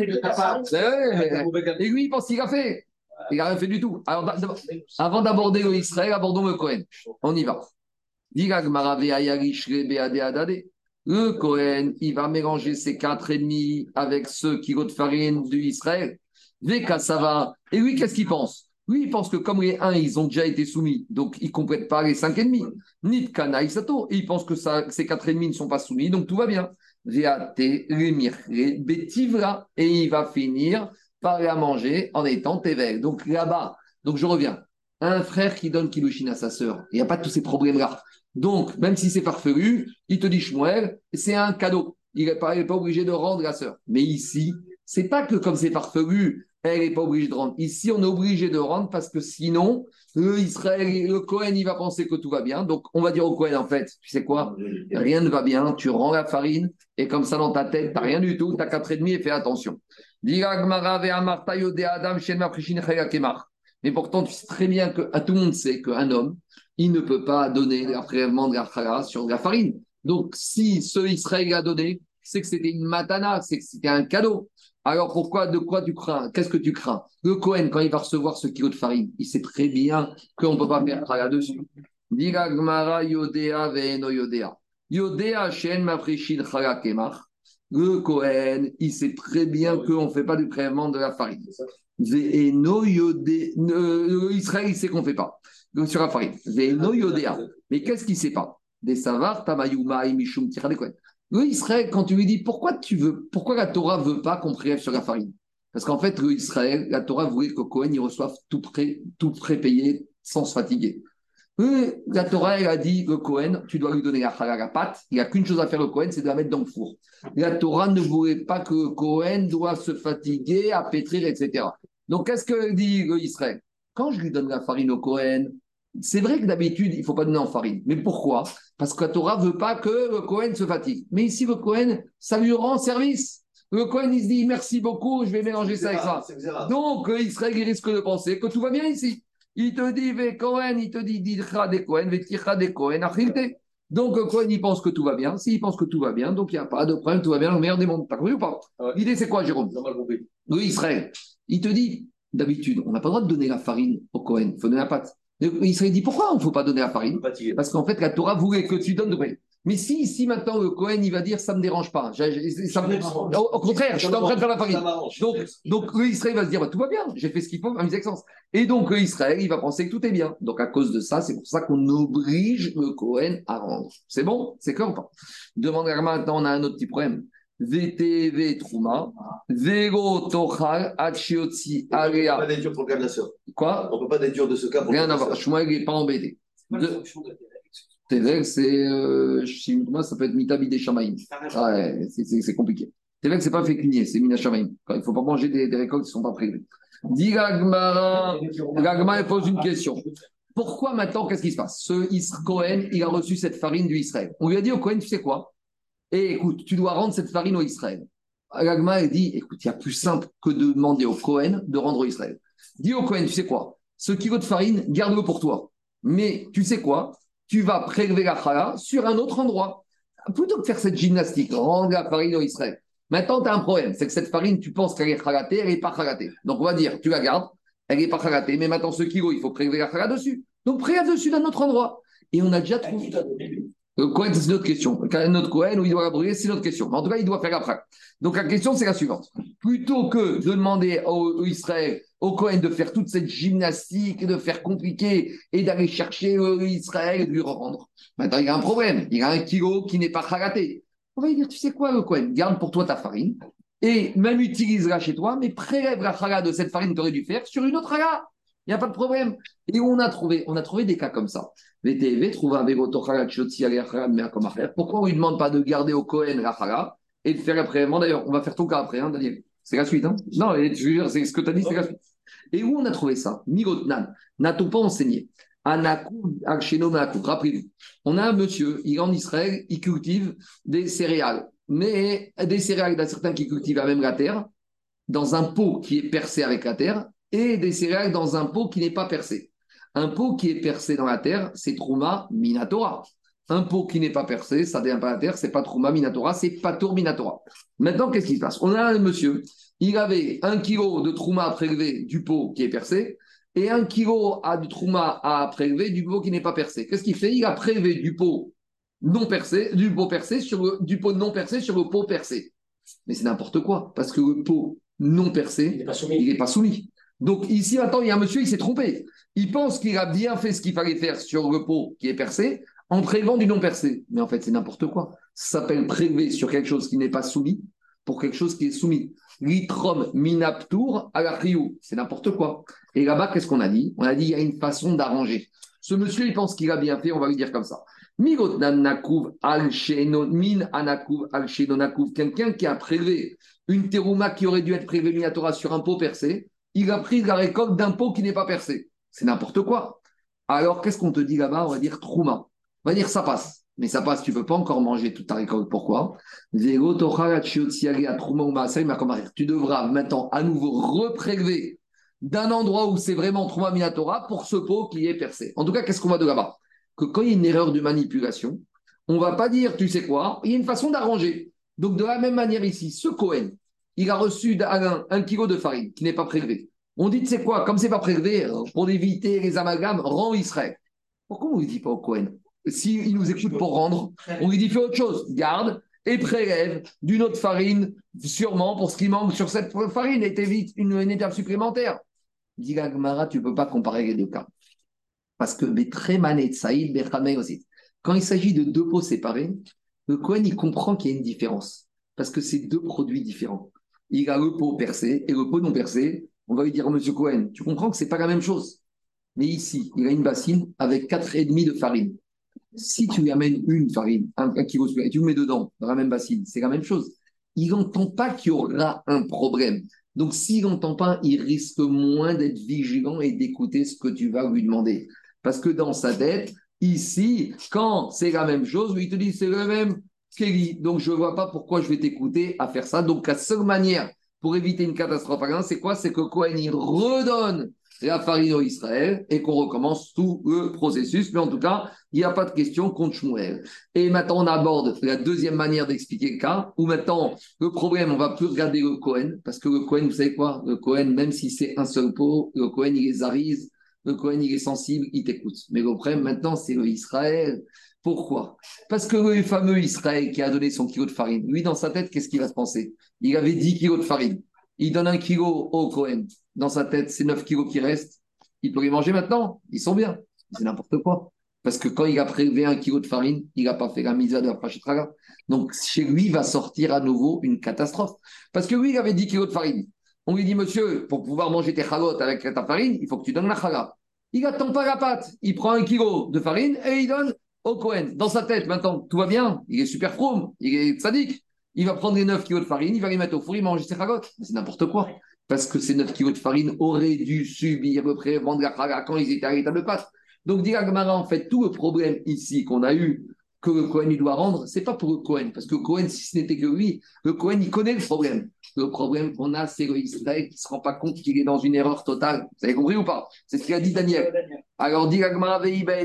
Et lui, il pense qu'il a fait. Il n'a rien fait du tout. Alors, avant d'aborder le Israël, abordons le Cohen. On y va. Le Cohen, il va mélanger ses quatre et demi avec ce kilo de farine du Israël. Veka, ça va. Et lui, qu'est-ce qu'il pense? Lui, il pense que comme les un, ils ont déjà été soumis, donc ils ne complètent pas les cinq et demi. Ni de Kana, Isato. Et il pense que ça, ces quatre et demi ne sont pas soumis, donc tout va bien. Veate, Remir, Betivra. Et il va finir par la manger en étant Tevel. Donc là-bas, donc je reviens. Un frère qui donne Kilushin à sa sœur, il n'y a pas tous ces problèmes-là. Donc, même si c'est farfelu, il te dit Shmuel, c'est un cadeau. Il n'est pas, il est pas obligé de rendre la sœur. Mais ici, c'est pas que comme c'est farfelu, elle n'est pas obligée de rendre. Ici, on est obligé de rendre parce que sinon, le Israël, le Cohen, il va penser que tout va bien. Donc, on va dire au Cohen, en fait, tu sais quoi, rien ne va bien, tu rends la farine, et comme ça, dans ta tête, tu n'as rien du tout, tu as quatre et demi et fais attention. Mais pourtant, tu sais très bien que à tout le monde sait qu'un homme, il ne peut pas donner le prélèvement de la chala sur de la farine. Donc, si ce Israël a donné, c'est que c'était une matana, c'est que c'était un cadeau. Alors, pourquoi, de quoi tu crains? Qu'est-ce que tu crains? Le Cohen, quand il va recevoir ce kilo de farine, il sait très bien qu'on ne peut pas faire chala dessus. Dira Gmara Yodea Veeno Yodea. Yodea Shen Mafreshin Chala Kemach. Le Cohen, il sait très bien qu'on ne fait pas du prélèvement de la farine. Veeno Yodea. Israël, il sait qu'on ne fait pas sur la farine. Veeno Yodea. Mais qu'est-ce qu'il ne sait pas? Des savars, Tamayuma, Mishum, Tira de Cohen. Le Israël, quand tu lui dis pourquoi tu veux, pourquoi la Torah ne veut pas qu'on prélève sur la farine? Parce qu'en fait, le Israël, la Torah voulait que Cohen il reçoive tout prêt, tout prépayé sans se fatiguer. Et la Torah, elle a dit le Cohen, tu dois lui donner la challah, la pâte. Il n'y a qu'une chose à faire le Cohen, c'est de la mettre dans le four. La Torah ne voulait pas que le Cohen doit se fatiguer à pétrir, et cetera. Donc, qu'est-ce que dit le Israël? Quand je lui donne la farine au Cohen, c'est vrai que d'habitude, il ne faut pas donner en farine. Mais pourquoi? Parce que la Torah ne veut pas que le Cohen se fatigue. Mais ici, le Cohen, ça lui rend service. Le Cohen, il se dit merci beaucoup, je vais mélanger ça avec ça. Donc, Israël, il risque de penser que tout va bien ici. Il te dit, ve Cohen, il te dit, didra des Cohen, ve ticha des Cohen, achilte. Donc, le Cohen, il pense que tout va bien. S'il pense que tout va bien, donc il n'y a pas de problème, tout va bien, le meilleur des mondes. T'as compris ou pas? Ouais. L'idée, c'est quoi, Jérôme? Oui, Israël. Il te dit, d'habitude, on n'a pas le droit de donner la farine au Cohen, il faut donner la pâte. Israël dit pourquoi on ne faut pas donner la farine? Parce qu'en fait, la Torah voulait que tu donnes de vrai. Mais si, si maintenant le Cohen il va dire ça ne me dérange pas, ça me... au, au contraire, je suis en train de faire la farine. Donc, donc le Israël va se dire bah, tout va bien, j'ai fait ce qu'il faut, ma mise sens. Et donc le Israël il va penser que tout est bien. Donc à cause de ça, c'est pour ça qu'on oblige le Cohen à rendre. C'est bon? C'est clair ou pas? Demande maintenant, on a un autre petit problème. V T V Trouma, Vélo Tochal, Achiotsi, Alea. On ne peut pas déduire pour le cas de la sœur. Quoi? On ne peut pas déduire de ce cas pour rien à voir. Shmuel n'est pas embêté. De... Tével, c'est. Euh, moi, ça peut être Mitabi des Shamaïm. Ah, ouais, c'est compliqué. Tével, c'est pas fait cligner, c'est Mina Shamaïm. Il ne faut pas manger des, des récoltes qui ne sont pas prélevées. Dit Gagmara, Gagmara pose une question. Pourquoi maintenant, qu'est-ce qui se passe? Ce Isra Cohen, il a reçu cette farine du Israël. On lui a dit au Cohen, tu sais quoi? Et écoute, tu dois rendre cette farine au Israël. Gagmara dit, écoute, il y a plus simple que de demander au Cohen de rendre au Israël. Dis au Cohen, tu sais quoi? Ce kilo de farine, garde-le pour toi. Mais tu sais quoi? Tu vas prélever la chala sur un autre endroit. Plutôt que de faire cette gymnastique, rendre la farine au Israël. Maintenant, tu as un problème. C'est que cette farine, tu penses qu'elle est chalatée, elle n'est pas chalatée. Donc, on va dire, tu la gardes, elle n'est pas chalatée. Mais maintenant, ce kilo, il faut prélever la chala dessus. Donc, prélève dessus d'un autre endroit. Et on a déjà trouvé. Le Cohen, c'est une autre question. Notre Cohen, où il doit la brûler, c'est une autre question. Mais en tout cas, il doit faire la pratique. Donc, la question, c'est la suivante. Plutôt que de demander au, au Israël, au Cohen, de faire toute cette gymnastique, de faire compliqué et d'aller chercher euh, Israël et de lui rendre. Maintenant, il y a un problème. Il y a un kilo qui n'est pas chalaté. On va lui dire, tu sais quoi, le Cohen, garde pour toi ta farine et même utilise-la chez toi, mais prélève la chala de cette farine que tu aurais dû faire sur une autre chala. Il n'y a pas de problème. Et on a trouvé, on a trouvé des cas comme ça. V T V trouve un pourquoi on ne lui demande pas de garder au Cohen la chala et de faire le prélèvement? D'ailleurs, on va faire ton cas après, hein, Daniel. C'est la suite. Hein. Non, je veux dire, c'est ce que tu as dit, c'est la suite. Et où on a trouvé ça? Migotnan. N'a-t-on pas enseigné? Anakou, Aksheno, Nakou. Rappelez-vous, on a un monsieur, il est en Israël, il cultive des céréales. Mais des céréales, il y en a certains qui cultivent à même la terre, dans un pot qui est percé avec la terre, et des céréales dans un pot qui n'est pas percé. Un pot qui est percé dans la terre, c'est Trouma Minatora. Un pot qui n'est pas percé, ça ne devient pas la terre, c'est pas Trouma Minatora, c'est Patour Minatora. Maintenant, qu'est-ce qui se passe? On a un monsieur, il avait un kilo de Trouma à prélever du pot qui est percé et un kilo de Trouma à prélever du pot qui n'est pas percé. Qu'est-ce qu'il fait? Il a prélevé du pot non percé, du pot percé sur le, du pot non percé sur le pot percé. Mais c'est n'importe quoi, parce que le pot non percé, il n'est pas soumis. Donc ici, maintenant, il y a un monsieur, il s'est trompé. Il pense qu'il a bien fait ce qu'il fallait faire sur le pot qui est percé en prélevant du non percé. Mais en fait, c'est n'importe quoi. Ça s'appelle prélever sur quelque chose qui n'est pas soumis pour quelque chose qui est soumis. Litrom minaptour à la riou. C'est n'importe quoi. Et là-bas, qu'est-ce qu'on a dit? On a dit il y a une façon d'arranger. Ce monsieur, il pense qu'il a bien fait, on va lui dire comme ça. Migotnan nakouv al min anakouv al nakouv. Quelqu'un qui a prélevé une terouma qui aurait dû être prélevée minatora sur un pot percé, il a pris la récolte d'un pot qui n'est pas percé. C'est n'importe quoi. Alors, qu'est-ce qu'on te dit là-bas? On va dire trouma. On va dire ça passe. Mais ça passe, tu ne peux pas encore manger toute ta récolte. Pourquoi? Tu devras maintenant à nouveau reprélever d'un endroit où c'est vraiment trouma minatora pour ce pot qui est percé. En tout cas, qu'est-ce qu'on va de là-bas? Que quand il y a une erreur de manipulation, on ne va pas dire, tu sais quoi, il y a une façon d'arranger. Donc, de la même manière ici, ce Cohen, il a reçu d'Alain un kilo de farine qui n'est pas prélevé. On dit, tu sais quoi, comme c'est pas prélevé, pour éviter les amalgames, rends Israël. Pourquoi on ne lui dit pas au Cohen? S'il nous écoute pour rendre, on lui dit fais autre chose, garde et prélève d'une autre farine, sûrement pour ce qui manque sur cette farine, et t'évite une, une étape supplémentaire. Dit la Gemara, tu ne peux pas comparer les deux cas. Parce que aussi. Quand il s'agit de deux pots séparés, le Cohen, il comprend qu'il y a une différence. Parce que c'est deux produits différents. Il a le pot percé et le pot non percé. On va lui dire, monsieur Cohen, tu comprends que ce n'est pas la même chose. Mais ici, il a une bassine avec quatre virgule cinq de farine. Si tu lui amènes une farine, un, un kilo, et tu le mets dedans, dans la même bassine, c'est la même chose. Il n'entend pas qu'il y aura un problème. Donc, s'il n'entend pas, il risque moins d'être vigilant et d'écouter ce que tu vas lui demander. Parce que dans sa tête, ici, quand c'est la même chose, il te dit c'est le même Kelly. Donc, je ne vois pas pourquoi je vais t'écouter à faire ça. Donc, la seule manière pour éviter une catastrophe, c'est quoi? C'est que Cohen, il redonne la farine au Israël et qu'on recommence tout le processus. Mais en tout cas, il n'y a pas de question contre Shmuel. Et maintenant, on aborde la deuxième manière d'expliquer le cas, où maintenant, le problème, on ne va plus regarder le Cohen, parce que le Cohen, vous savez quoi? Le Cohen, même si c'est un seul pot, le Cohen, il est zarise, le Cohen, il est sensible, il t'écoute. Mais le problème, maintenant, c'est le Israël. Pourquoi? Parce que le fameux Israël qui a donné son kilo de farine, lui, dans sa tête, qu'est-ce qu'il va se penser? Il avait dix kilos de farine. Il donne un kilo au Cohen. Dans sa tête, c'est neuf kilos qui restent. Il peut les manger maintenant. Ils sont bien. C'est n'importe quoi. Parce que quand il a prélevé un kilo de farine, il n'a pas fait la mise à de la prachitraga. Donc, chez lui, va sortir à nouveau une catastrophe. Parce que lui, il avait dix kilos de farine. On lui dit, monsieur, pour pouvoir manger tes chalotes avec ta farine, il faut que tu donnes la chala. Il n'attend pas la pâte. Il prend un kilo de farine et il donne au Cohen. Dans sa tête, maintenant, tout va bien. Il est super froum. Il est sadique. Il va prendre les neuf kilos de farine, il va les mettre au four, il mange ses chalotes. C'est n'importe quoi. Parce que ces neuf kilos de farine auraient dû subir le prélèvement de la chala quand ils étaient à l'état de pâte. Donc, dit la Gemara, en fait, tout le problème ici qu'on a eu, que le Cohen il doit rendre, c'est pas pour le Cohen. Parce que le Cohen, si ce n'était que lui, le Cohen, il connaît le problème. Le problème qu'on a, c'est le Israël qui ne se rend pas compte qu'il est dans une erreur totale. Vous avez compris ou pas? C'est ce qu'il a dit Daniel. Alors, dit la Gemara,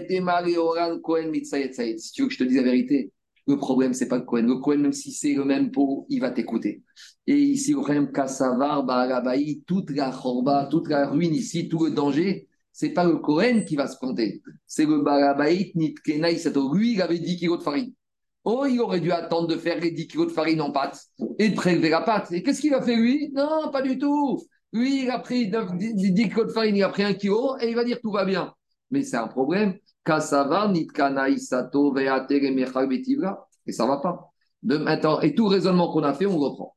si tu veux que je te dise la vérité, le problème, c'est pas le Cohen. Le Cohen, même si c'est le même pot, il va t'écouter. Et ici, au Khem Kassavar, Barabaï, toute la chorba, toute la ruine ici, tout le danger, c'est pas le Cohen qui va se planter. C'est le Barabaï, Nitkenaï, Sato. Lui, il avait dix kilos de farine. Oh, il aurait dû attendre de faire les dix kilos de farine en pâte et de prélever la pâte. Et qu'est-ce qu'il a fait, lui? Non, pas du tout. Lui, il a pris dix kilos de farine, il a pris un kilo et il va dire tout va bien. Mais c'est un problème. Kassavar, Nitkanaï, Sato, Veate, Remechal, Betivra. Et ça ne va pas. De maintenant, et tout raisonnement qu'on a fait, on reprend.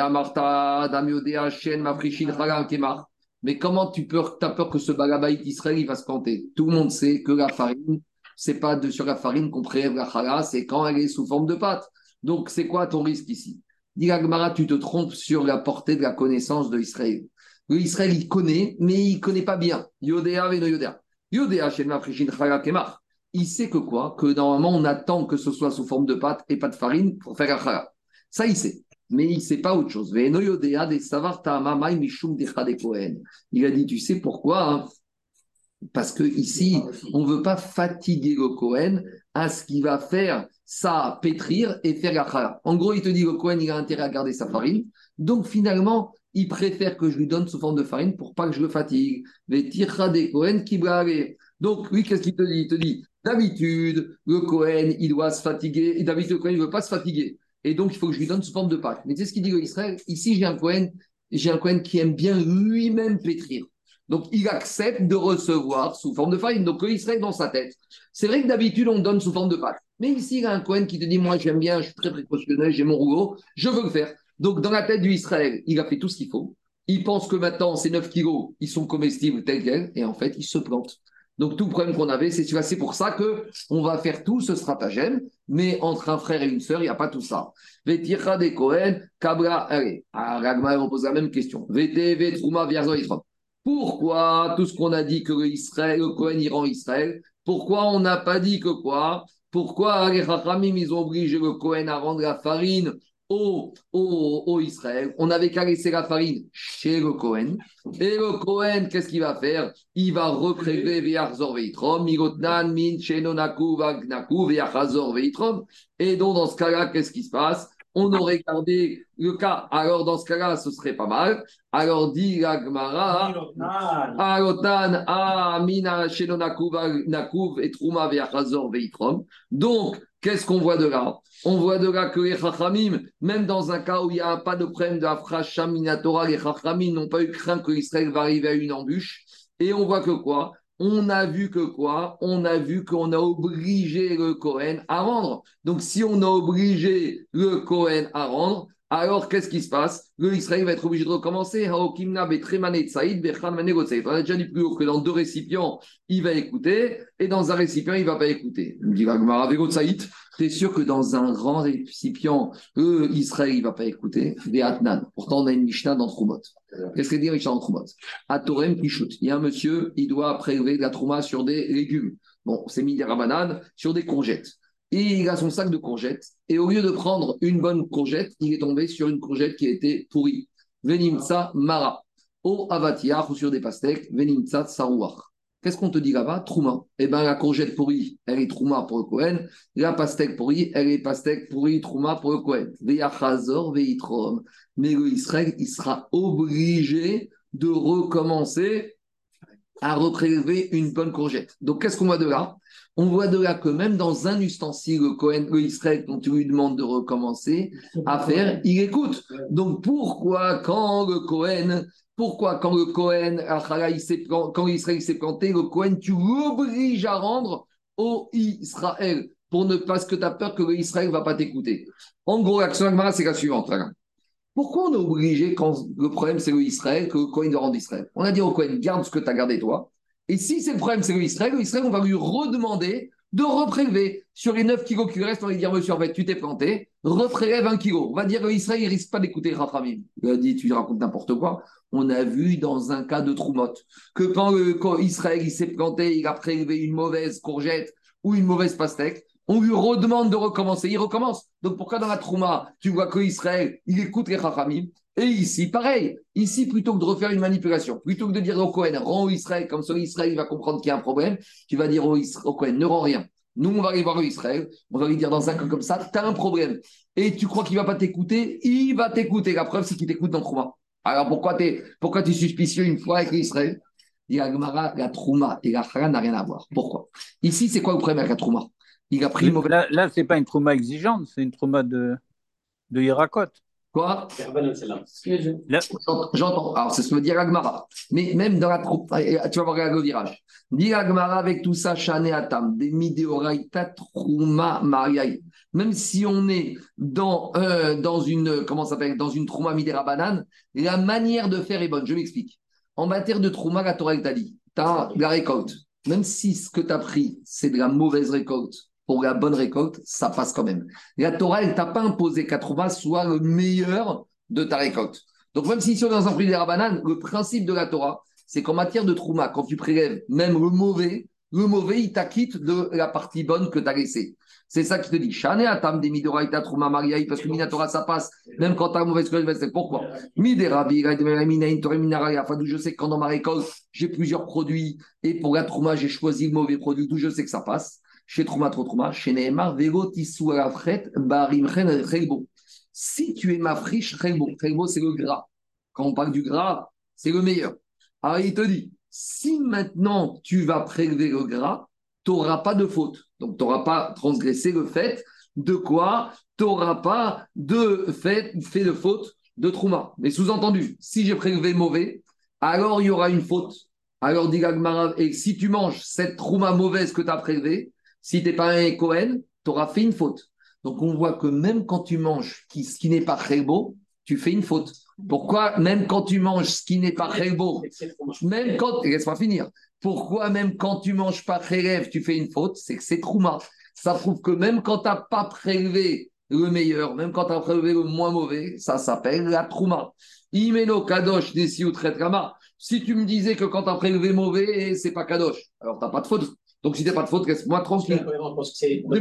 Mais comment tu peux, as peur que ce bagabaït Israël il va se planter? Tout le monde sait que la farine, c'est pas de, sur la farine qu'on prélève la chala, c'est quand elle est sous forme de pâte. Donc, c'est quoi ton risque ici? Dis la Gemara, tu te trompes sur la portée de la connaissance de Israël. Le Israël, il connaît, mais il ne connaît pas bien. Yodéa, Veno Yodéa. Yodéa, Shelma, Frishin, Chala, Kemar. Il sait que quoi? Que normalement, on attend que ce soit sous forme de pâte et pas de farine pour faire la chala. Ça, il sait. Mais il ne sait pas autre chose. Il a dit, tu sais pourquoi? Hein? Parce que ici, on ne veut pas fatiguer le Cohen à ce qu'il va faire ça pétrir et faire la chala. En gros, il te dit, le Cohen, il a intérêt à garder sa farine. Donc, finalement, il préfère que je lui donne sous forme de farine pour pas que je le fatigue. Les tircha des Cohen qui brave. Donc, lui, qu'est-ce qu'il te dit? Il te dit, d'habitude, le Cohen, il doit se fatiguer. Et d'habitude, le Cohen, il ne veut pas se fatiguer. Et donc, il faut que je lui donne sous forme de pâte. Mais tu sais ce qu'il dit Israël? Ici, j'ai un Cohen, j'ai un Cohen qui aime bien lui-même pétrir. Donc, il accepte de recevoir sous forme de farine. Donc, Israël dans sa tête. C'est vrai que d'habitude, on donne sous forme de pâte. Mais ici, il y a un Cohen qui te dit, moi, j'aime bien, je suis très précautionneux, j'ai mon rouleau, je veux le faire. Donc, dans la tête du Israël, il a fait tout ce qu'il faut. Il pense que maintenant, ces neuf kilos, ils sont comestibles tels quels, et en fait, il se plante. Donc, tout le problème qu'on avait, c'est c'est pour ça qu'on va faire tout ce stratagème, mais entre un frère et une sœur, il n'y a pas tout ça. Vetira des Cohen, Kabra, allez, Ragma, on pose la même question. Vete, Vetruma, Vierzo, Israël. Pourquoi tout ce qu'on a dit que le, Israël, le Cohen, il rend Israël, pourquoi on n'a pas dit que quoi? Pourquoi les Chachamim, ils ont obligé le Cohen à rendre la farine au, au, au Israël? On n'avait qu'à laisser la farine chez le Cohen. Et le Cohen, qu'est-ce qu'il va faire? Il va reprélever Ve'achzor Ve'itrom, Mirotnan, Min, Shenonaku, Vagnaku, Ve'achazor Ve'itrom. Et donc, dans ce cas-là, qu'est-ce qui se passe? On aurait gardé le cas. Alors, dans ce cas-là, ce serait pas mal. Alors, dit la Gemara, Arotan, Amina, Shenonaku, Vagnaku, et Trouma, Ve'achazor Ve'itrom. Donc, qu'est-ce qu'on voit de là? On voit de là que les Chachamim, même dans un cas où il n'y a pas de problème de Afracha Minatora, les Chachamim n'ont pas eu crainte que Israël va arriver à une embûche. Et on voit que quoi? On a vu que quoi? On a vu qu'on a obligé le Cohen à rendre. Donc, si on a obligé le Cohen à rendre, alors qu'est-ce qui se passe? Le Israël va être obligé de recommencer. On a déjà dit plus haut que dans deux récipients, il va écouter, et dans un récipient, il ne va pas écouter. Il me dit tu es sûr que dans un grand récipient, eux, Israël, il ne va pas écouter. Pourtant, on a une Mishnah dans Troumot. Qu'est-ce que dit la Mishnah dans Troumot? À Torem Pichut, il y a un monsieur, il doit prélever de la Trouma sur des légumes. Bon, c'est mis des rabananes sur des courgettes. Et il a son sac de courgettes. Et au lieu de prendre une bonne courgette, il est tombé sur une courgette qui était pourrie. Venimtsa Mara. Au Avatiach ou sur des pastèques. Venimtsa Sarouach. Qu'est-ce qu'on te dit là-bas? Trouma. Eh bien, la courgette pourrie, elle est Trouma pour le Cohen. La pastèque pourrie, elle est pastèque pourrie, Trouma pour le Cohen. Ve'achazor ve'itrom. Mais le Israël, il sera obligé de recommencer à reprélever une bonne courgette. Donc, qu'est-ce qu'on voit de là? On voit de là que même dans un ustensile, le Cohen, le Israël, quand tu lui demandes de recommencer à faire, il écoute. Donc, pourquoi quand le Cohen... Pourquoi, quand le Cohen, quand Israël s'est planté, le Cohen, tu l'obliges à rendre au Israël pour ne pas, parce que tu as peur que l'Israël ne va pas t'écouter. En gros, l'action Agmara, c'est la suivante. Là. Pourquoi on est obligé, quand le problème c'est le Israël, que le Cohen doit rendre Israël? On a dit au Cohen, garde ce que tu as gardé toi. Et si c'est le problème, c'est le Israël, le Israël, on va lui redemander de reprélever. Sur les neuf kilos qui lui restent, on va lui dire, monsieur, en fait, tu t'es planté, reprélève un kilo. On va dire que l'Israël, il ne risque pas d'écouter Rachamim. Il a dit, tu lui racontes n'importe quoi. On a vu dans un cas de Troumot que quand, le, quand Israël il s'est planté, il a prélevé une mauvaise courgette ou une mauvaise pastèque, on lui redemande de recommencer, il recommence. Donc pourquoi dans la Trouma, tu vois que Israël, il écoute les Chachamim? Et ici, pareil. Ici, plutôt que de refaire une manipulation, plutôt que de dire au Cohen, rends au Israël, comme ça Israël il va comprendre qu'il y a un problème, tu vas dire au, au Cohen, ne rends rien. Nous, on va aller voir Israël, on va lui dire dans un cas comme ça, tu as un problème. Et tu crois qu'il ne va pas t'écouter? Il va t'écouter. La preuve, c'est qu'il t'écoute dans Trouma. Alors pourquoi tu es pourquoi tu es suspicieux une fois avec Israël? Il y a la Trouma et la Chala n'a rien à voir. Pourquoi? Ici, c'est quoi le problème avec la Trouma? Il a pris le mauvais. Là, là ce n'est pas une Trouma exigeante, c'est une Trouma de, de Hirakot. Quoi? Là... J'entends. Alors, c'est ce que veut dire Agmara. Mais même dans la Trouma, tu vas voir le virage. Dit Agmara avec tout ça, Shane Atam, des Mideoraita Trouma Mariaï. Même si on est dans, euh, dans une, comment ça s'appelle, dans une Trouma Midera Banane, la manière de faire est bonne. Je m'explique. En matière de Trouma, la Torah t'a dit, tu as la récolte. Même si ce que tu as pris, c'est de la mauvaise récolte, pour la bonne récolte, ça passe quand même. La Torah, elle ne t'a pas imposé qu'à Trouma soit le meilleur de ta récolte. Donc, même si on est dans un prix de la banane, le principe de la Torah, c'est qu'en matière de Trouma, quand tu prélèves même le mauvais, le mauvais, il t'acquitte de la partie bonne que tu as laissée. C'est ça qui te dit. Shane atam de midoraita trouma mariaï, parce que minatora ça passe, même quand tu as mauvaise récolte, c'est pourquoi? Miderabi, d'où je sais que quand dans ma récolte, j'ai plusieurs produits, et pour la trouma, j'ai choisi le mauvais produit, d'où je sais que ça passe. Chez Trouma, trop Trouma, chez Nehemar, Vego, Tissou, Rafret, Barim, Ren, Relbo. Si tu es ma friche, Relbo, Relbo, c'est le gras. Quand on parle du gras, c'est le meilleur. Alors il te dit, si maintenant tu vas prélever le gras, tu n'auras pas de faute. Donc, tu n'auras pas transgressé le fait de quoi? Tu n'auras pas de fait, fait de faute de Trouma. Mais sous-entendu, si j'ai prélevé mauvais, alors il y aura une faute Alors, dit Gagmara, et si tu manges cette trouma mauvaise que tu as prélevée, si tu n'es pas un Cohen, tu auras fait une faute. Donc, on voit que même quand tu manges qui, ce qui n'est pas très beau, tu fais une faute. Pourquoi, même quand tu manges ce qui n'est pas très beau, même quand, laisse-moi finir, pourquoi même quand tu manges pas très tu fais une faute, c'est que c'est trouma. Ça prouve que même quand tu n'as pas prélevé le meilleur, même quand tu as prélevé le moins mauvais, ça s'appelle la trouma. Imeno kadosh desi ou traitrama. Si tu me disais que quand tu as prélevé mauvais, c'est pas kadosh, alors tu n'as pas de faute. Donc si tu n'as pas de faute, reste-moi tranquille. Deux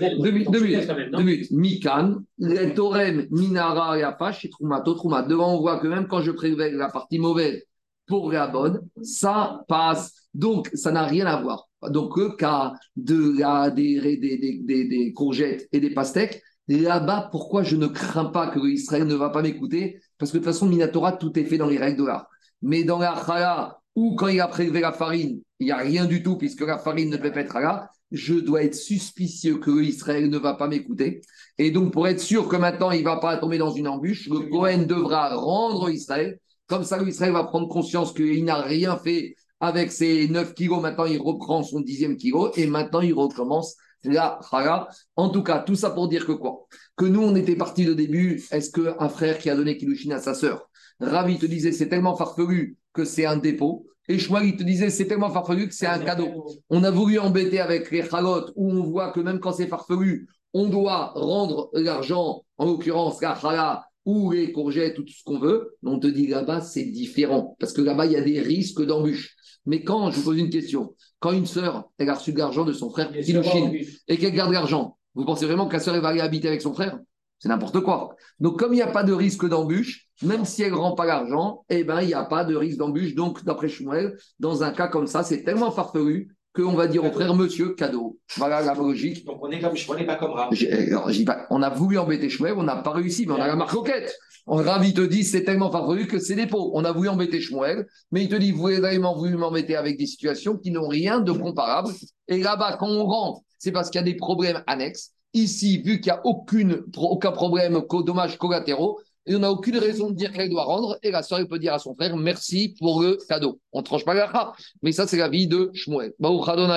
minutes. Mikan, le torem, minara et apache, et trumato, truma. Devant, on voit que même quand je prélève la partie mauvaise pour la bonne, ça passe. Donc, ça n'a rien à voir. Donc, le cas de la, des, des, des, des, des courgettes et des pastèques, là-bas, pourquoi je ne crains pas que Israël ne va pas m'écouter? Parce que de toute façon, Minatora, tout est fait dans les règles de l'art. Mais dans la chala, ou quand il a prélevé la farine, il n'y a rien du tout, puisque la farine ne devait pas être chala, je dois être suspicieux que Israël ne va pas m'écouter. Et donc, pour être sûr que maintenant, il ne va pas tomber dans une embûche, le Cohen devra rendre Israël. Comme ça, Israël va prendre conscience qu'il n'a rien fait avec ses neuf kilos. Maintenant, il reprend son dixième kilo et maintenant, il recommence la chala. En tout cas, tout ça pour dire que quoi? Que nous, on était partis de début. Est-ce qu'un frère qui a donné Kiddushin à sa sœur, Ravi te disait c'est tellement farfelu que c'est un dépôt. Et Shmuel, il te disait c'est tellement farfelu que c'est un cadeau. On a voulu embêter avec les chalotes où on voit que même quand c'est farfelu, on doit rendre l'argent, en l'occurrence la chala ou les courgettes, tout ce qu'on veut. Mais on te dit là-bas, c'est différent. Parce que là-bas, il y a des risques d'embûche. Mais quand, je vous pose une question, quand une sœur, elle a reçu de l'argent de son frère Kiddushin et qu'elle garde l'argent, vous pensez vraiment que la sœur, elle va aller habiter avec son frère? C'est n'importe quoi. Donc, comme il n'y a pas de risque d'embûche, même si elle ne rend pas l'argent, eh ben, il n'y a pas de risque d'embûche. Donc, d'après Shmuel, dans un cas comme ça, c'est tellement farfelu qu'on va dire au frère, monsieur, cadeau. Voilà la logique. Donc, on est comme Shmuel et pas comme Rav. On a voulu embêter Shmuel, on n'a pas réussi, mais on a la marque coquette. Rav, il te dit, c'est tellement farfelu que c'est des pots. On a voulu embêter Shmuel, mais il te dit, vous avez vraiment voulu m'embêter avec des situations qui n'ont rien de comparable. Et là-bas, quand on rentre, c'est parce qu'il y a des problèmes annexes. Ici, vu qu'il n'y a aucune, aucun problème, dommages collatéraux, et on n'a aucune raison de dire qu'elle doit rendre, et la sœur peut dire à son frère, merci pour le cadeau. On ne tranche pas la mais ça, c'est la vie de Shmuel.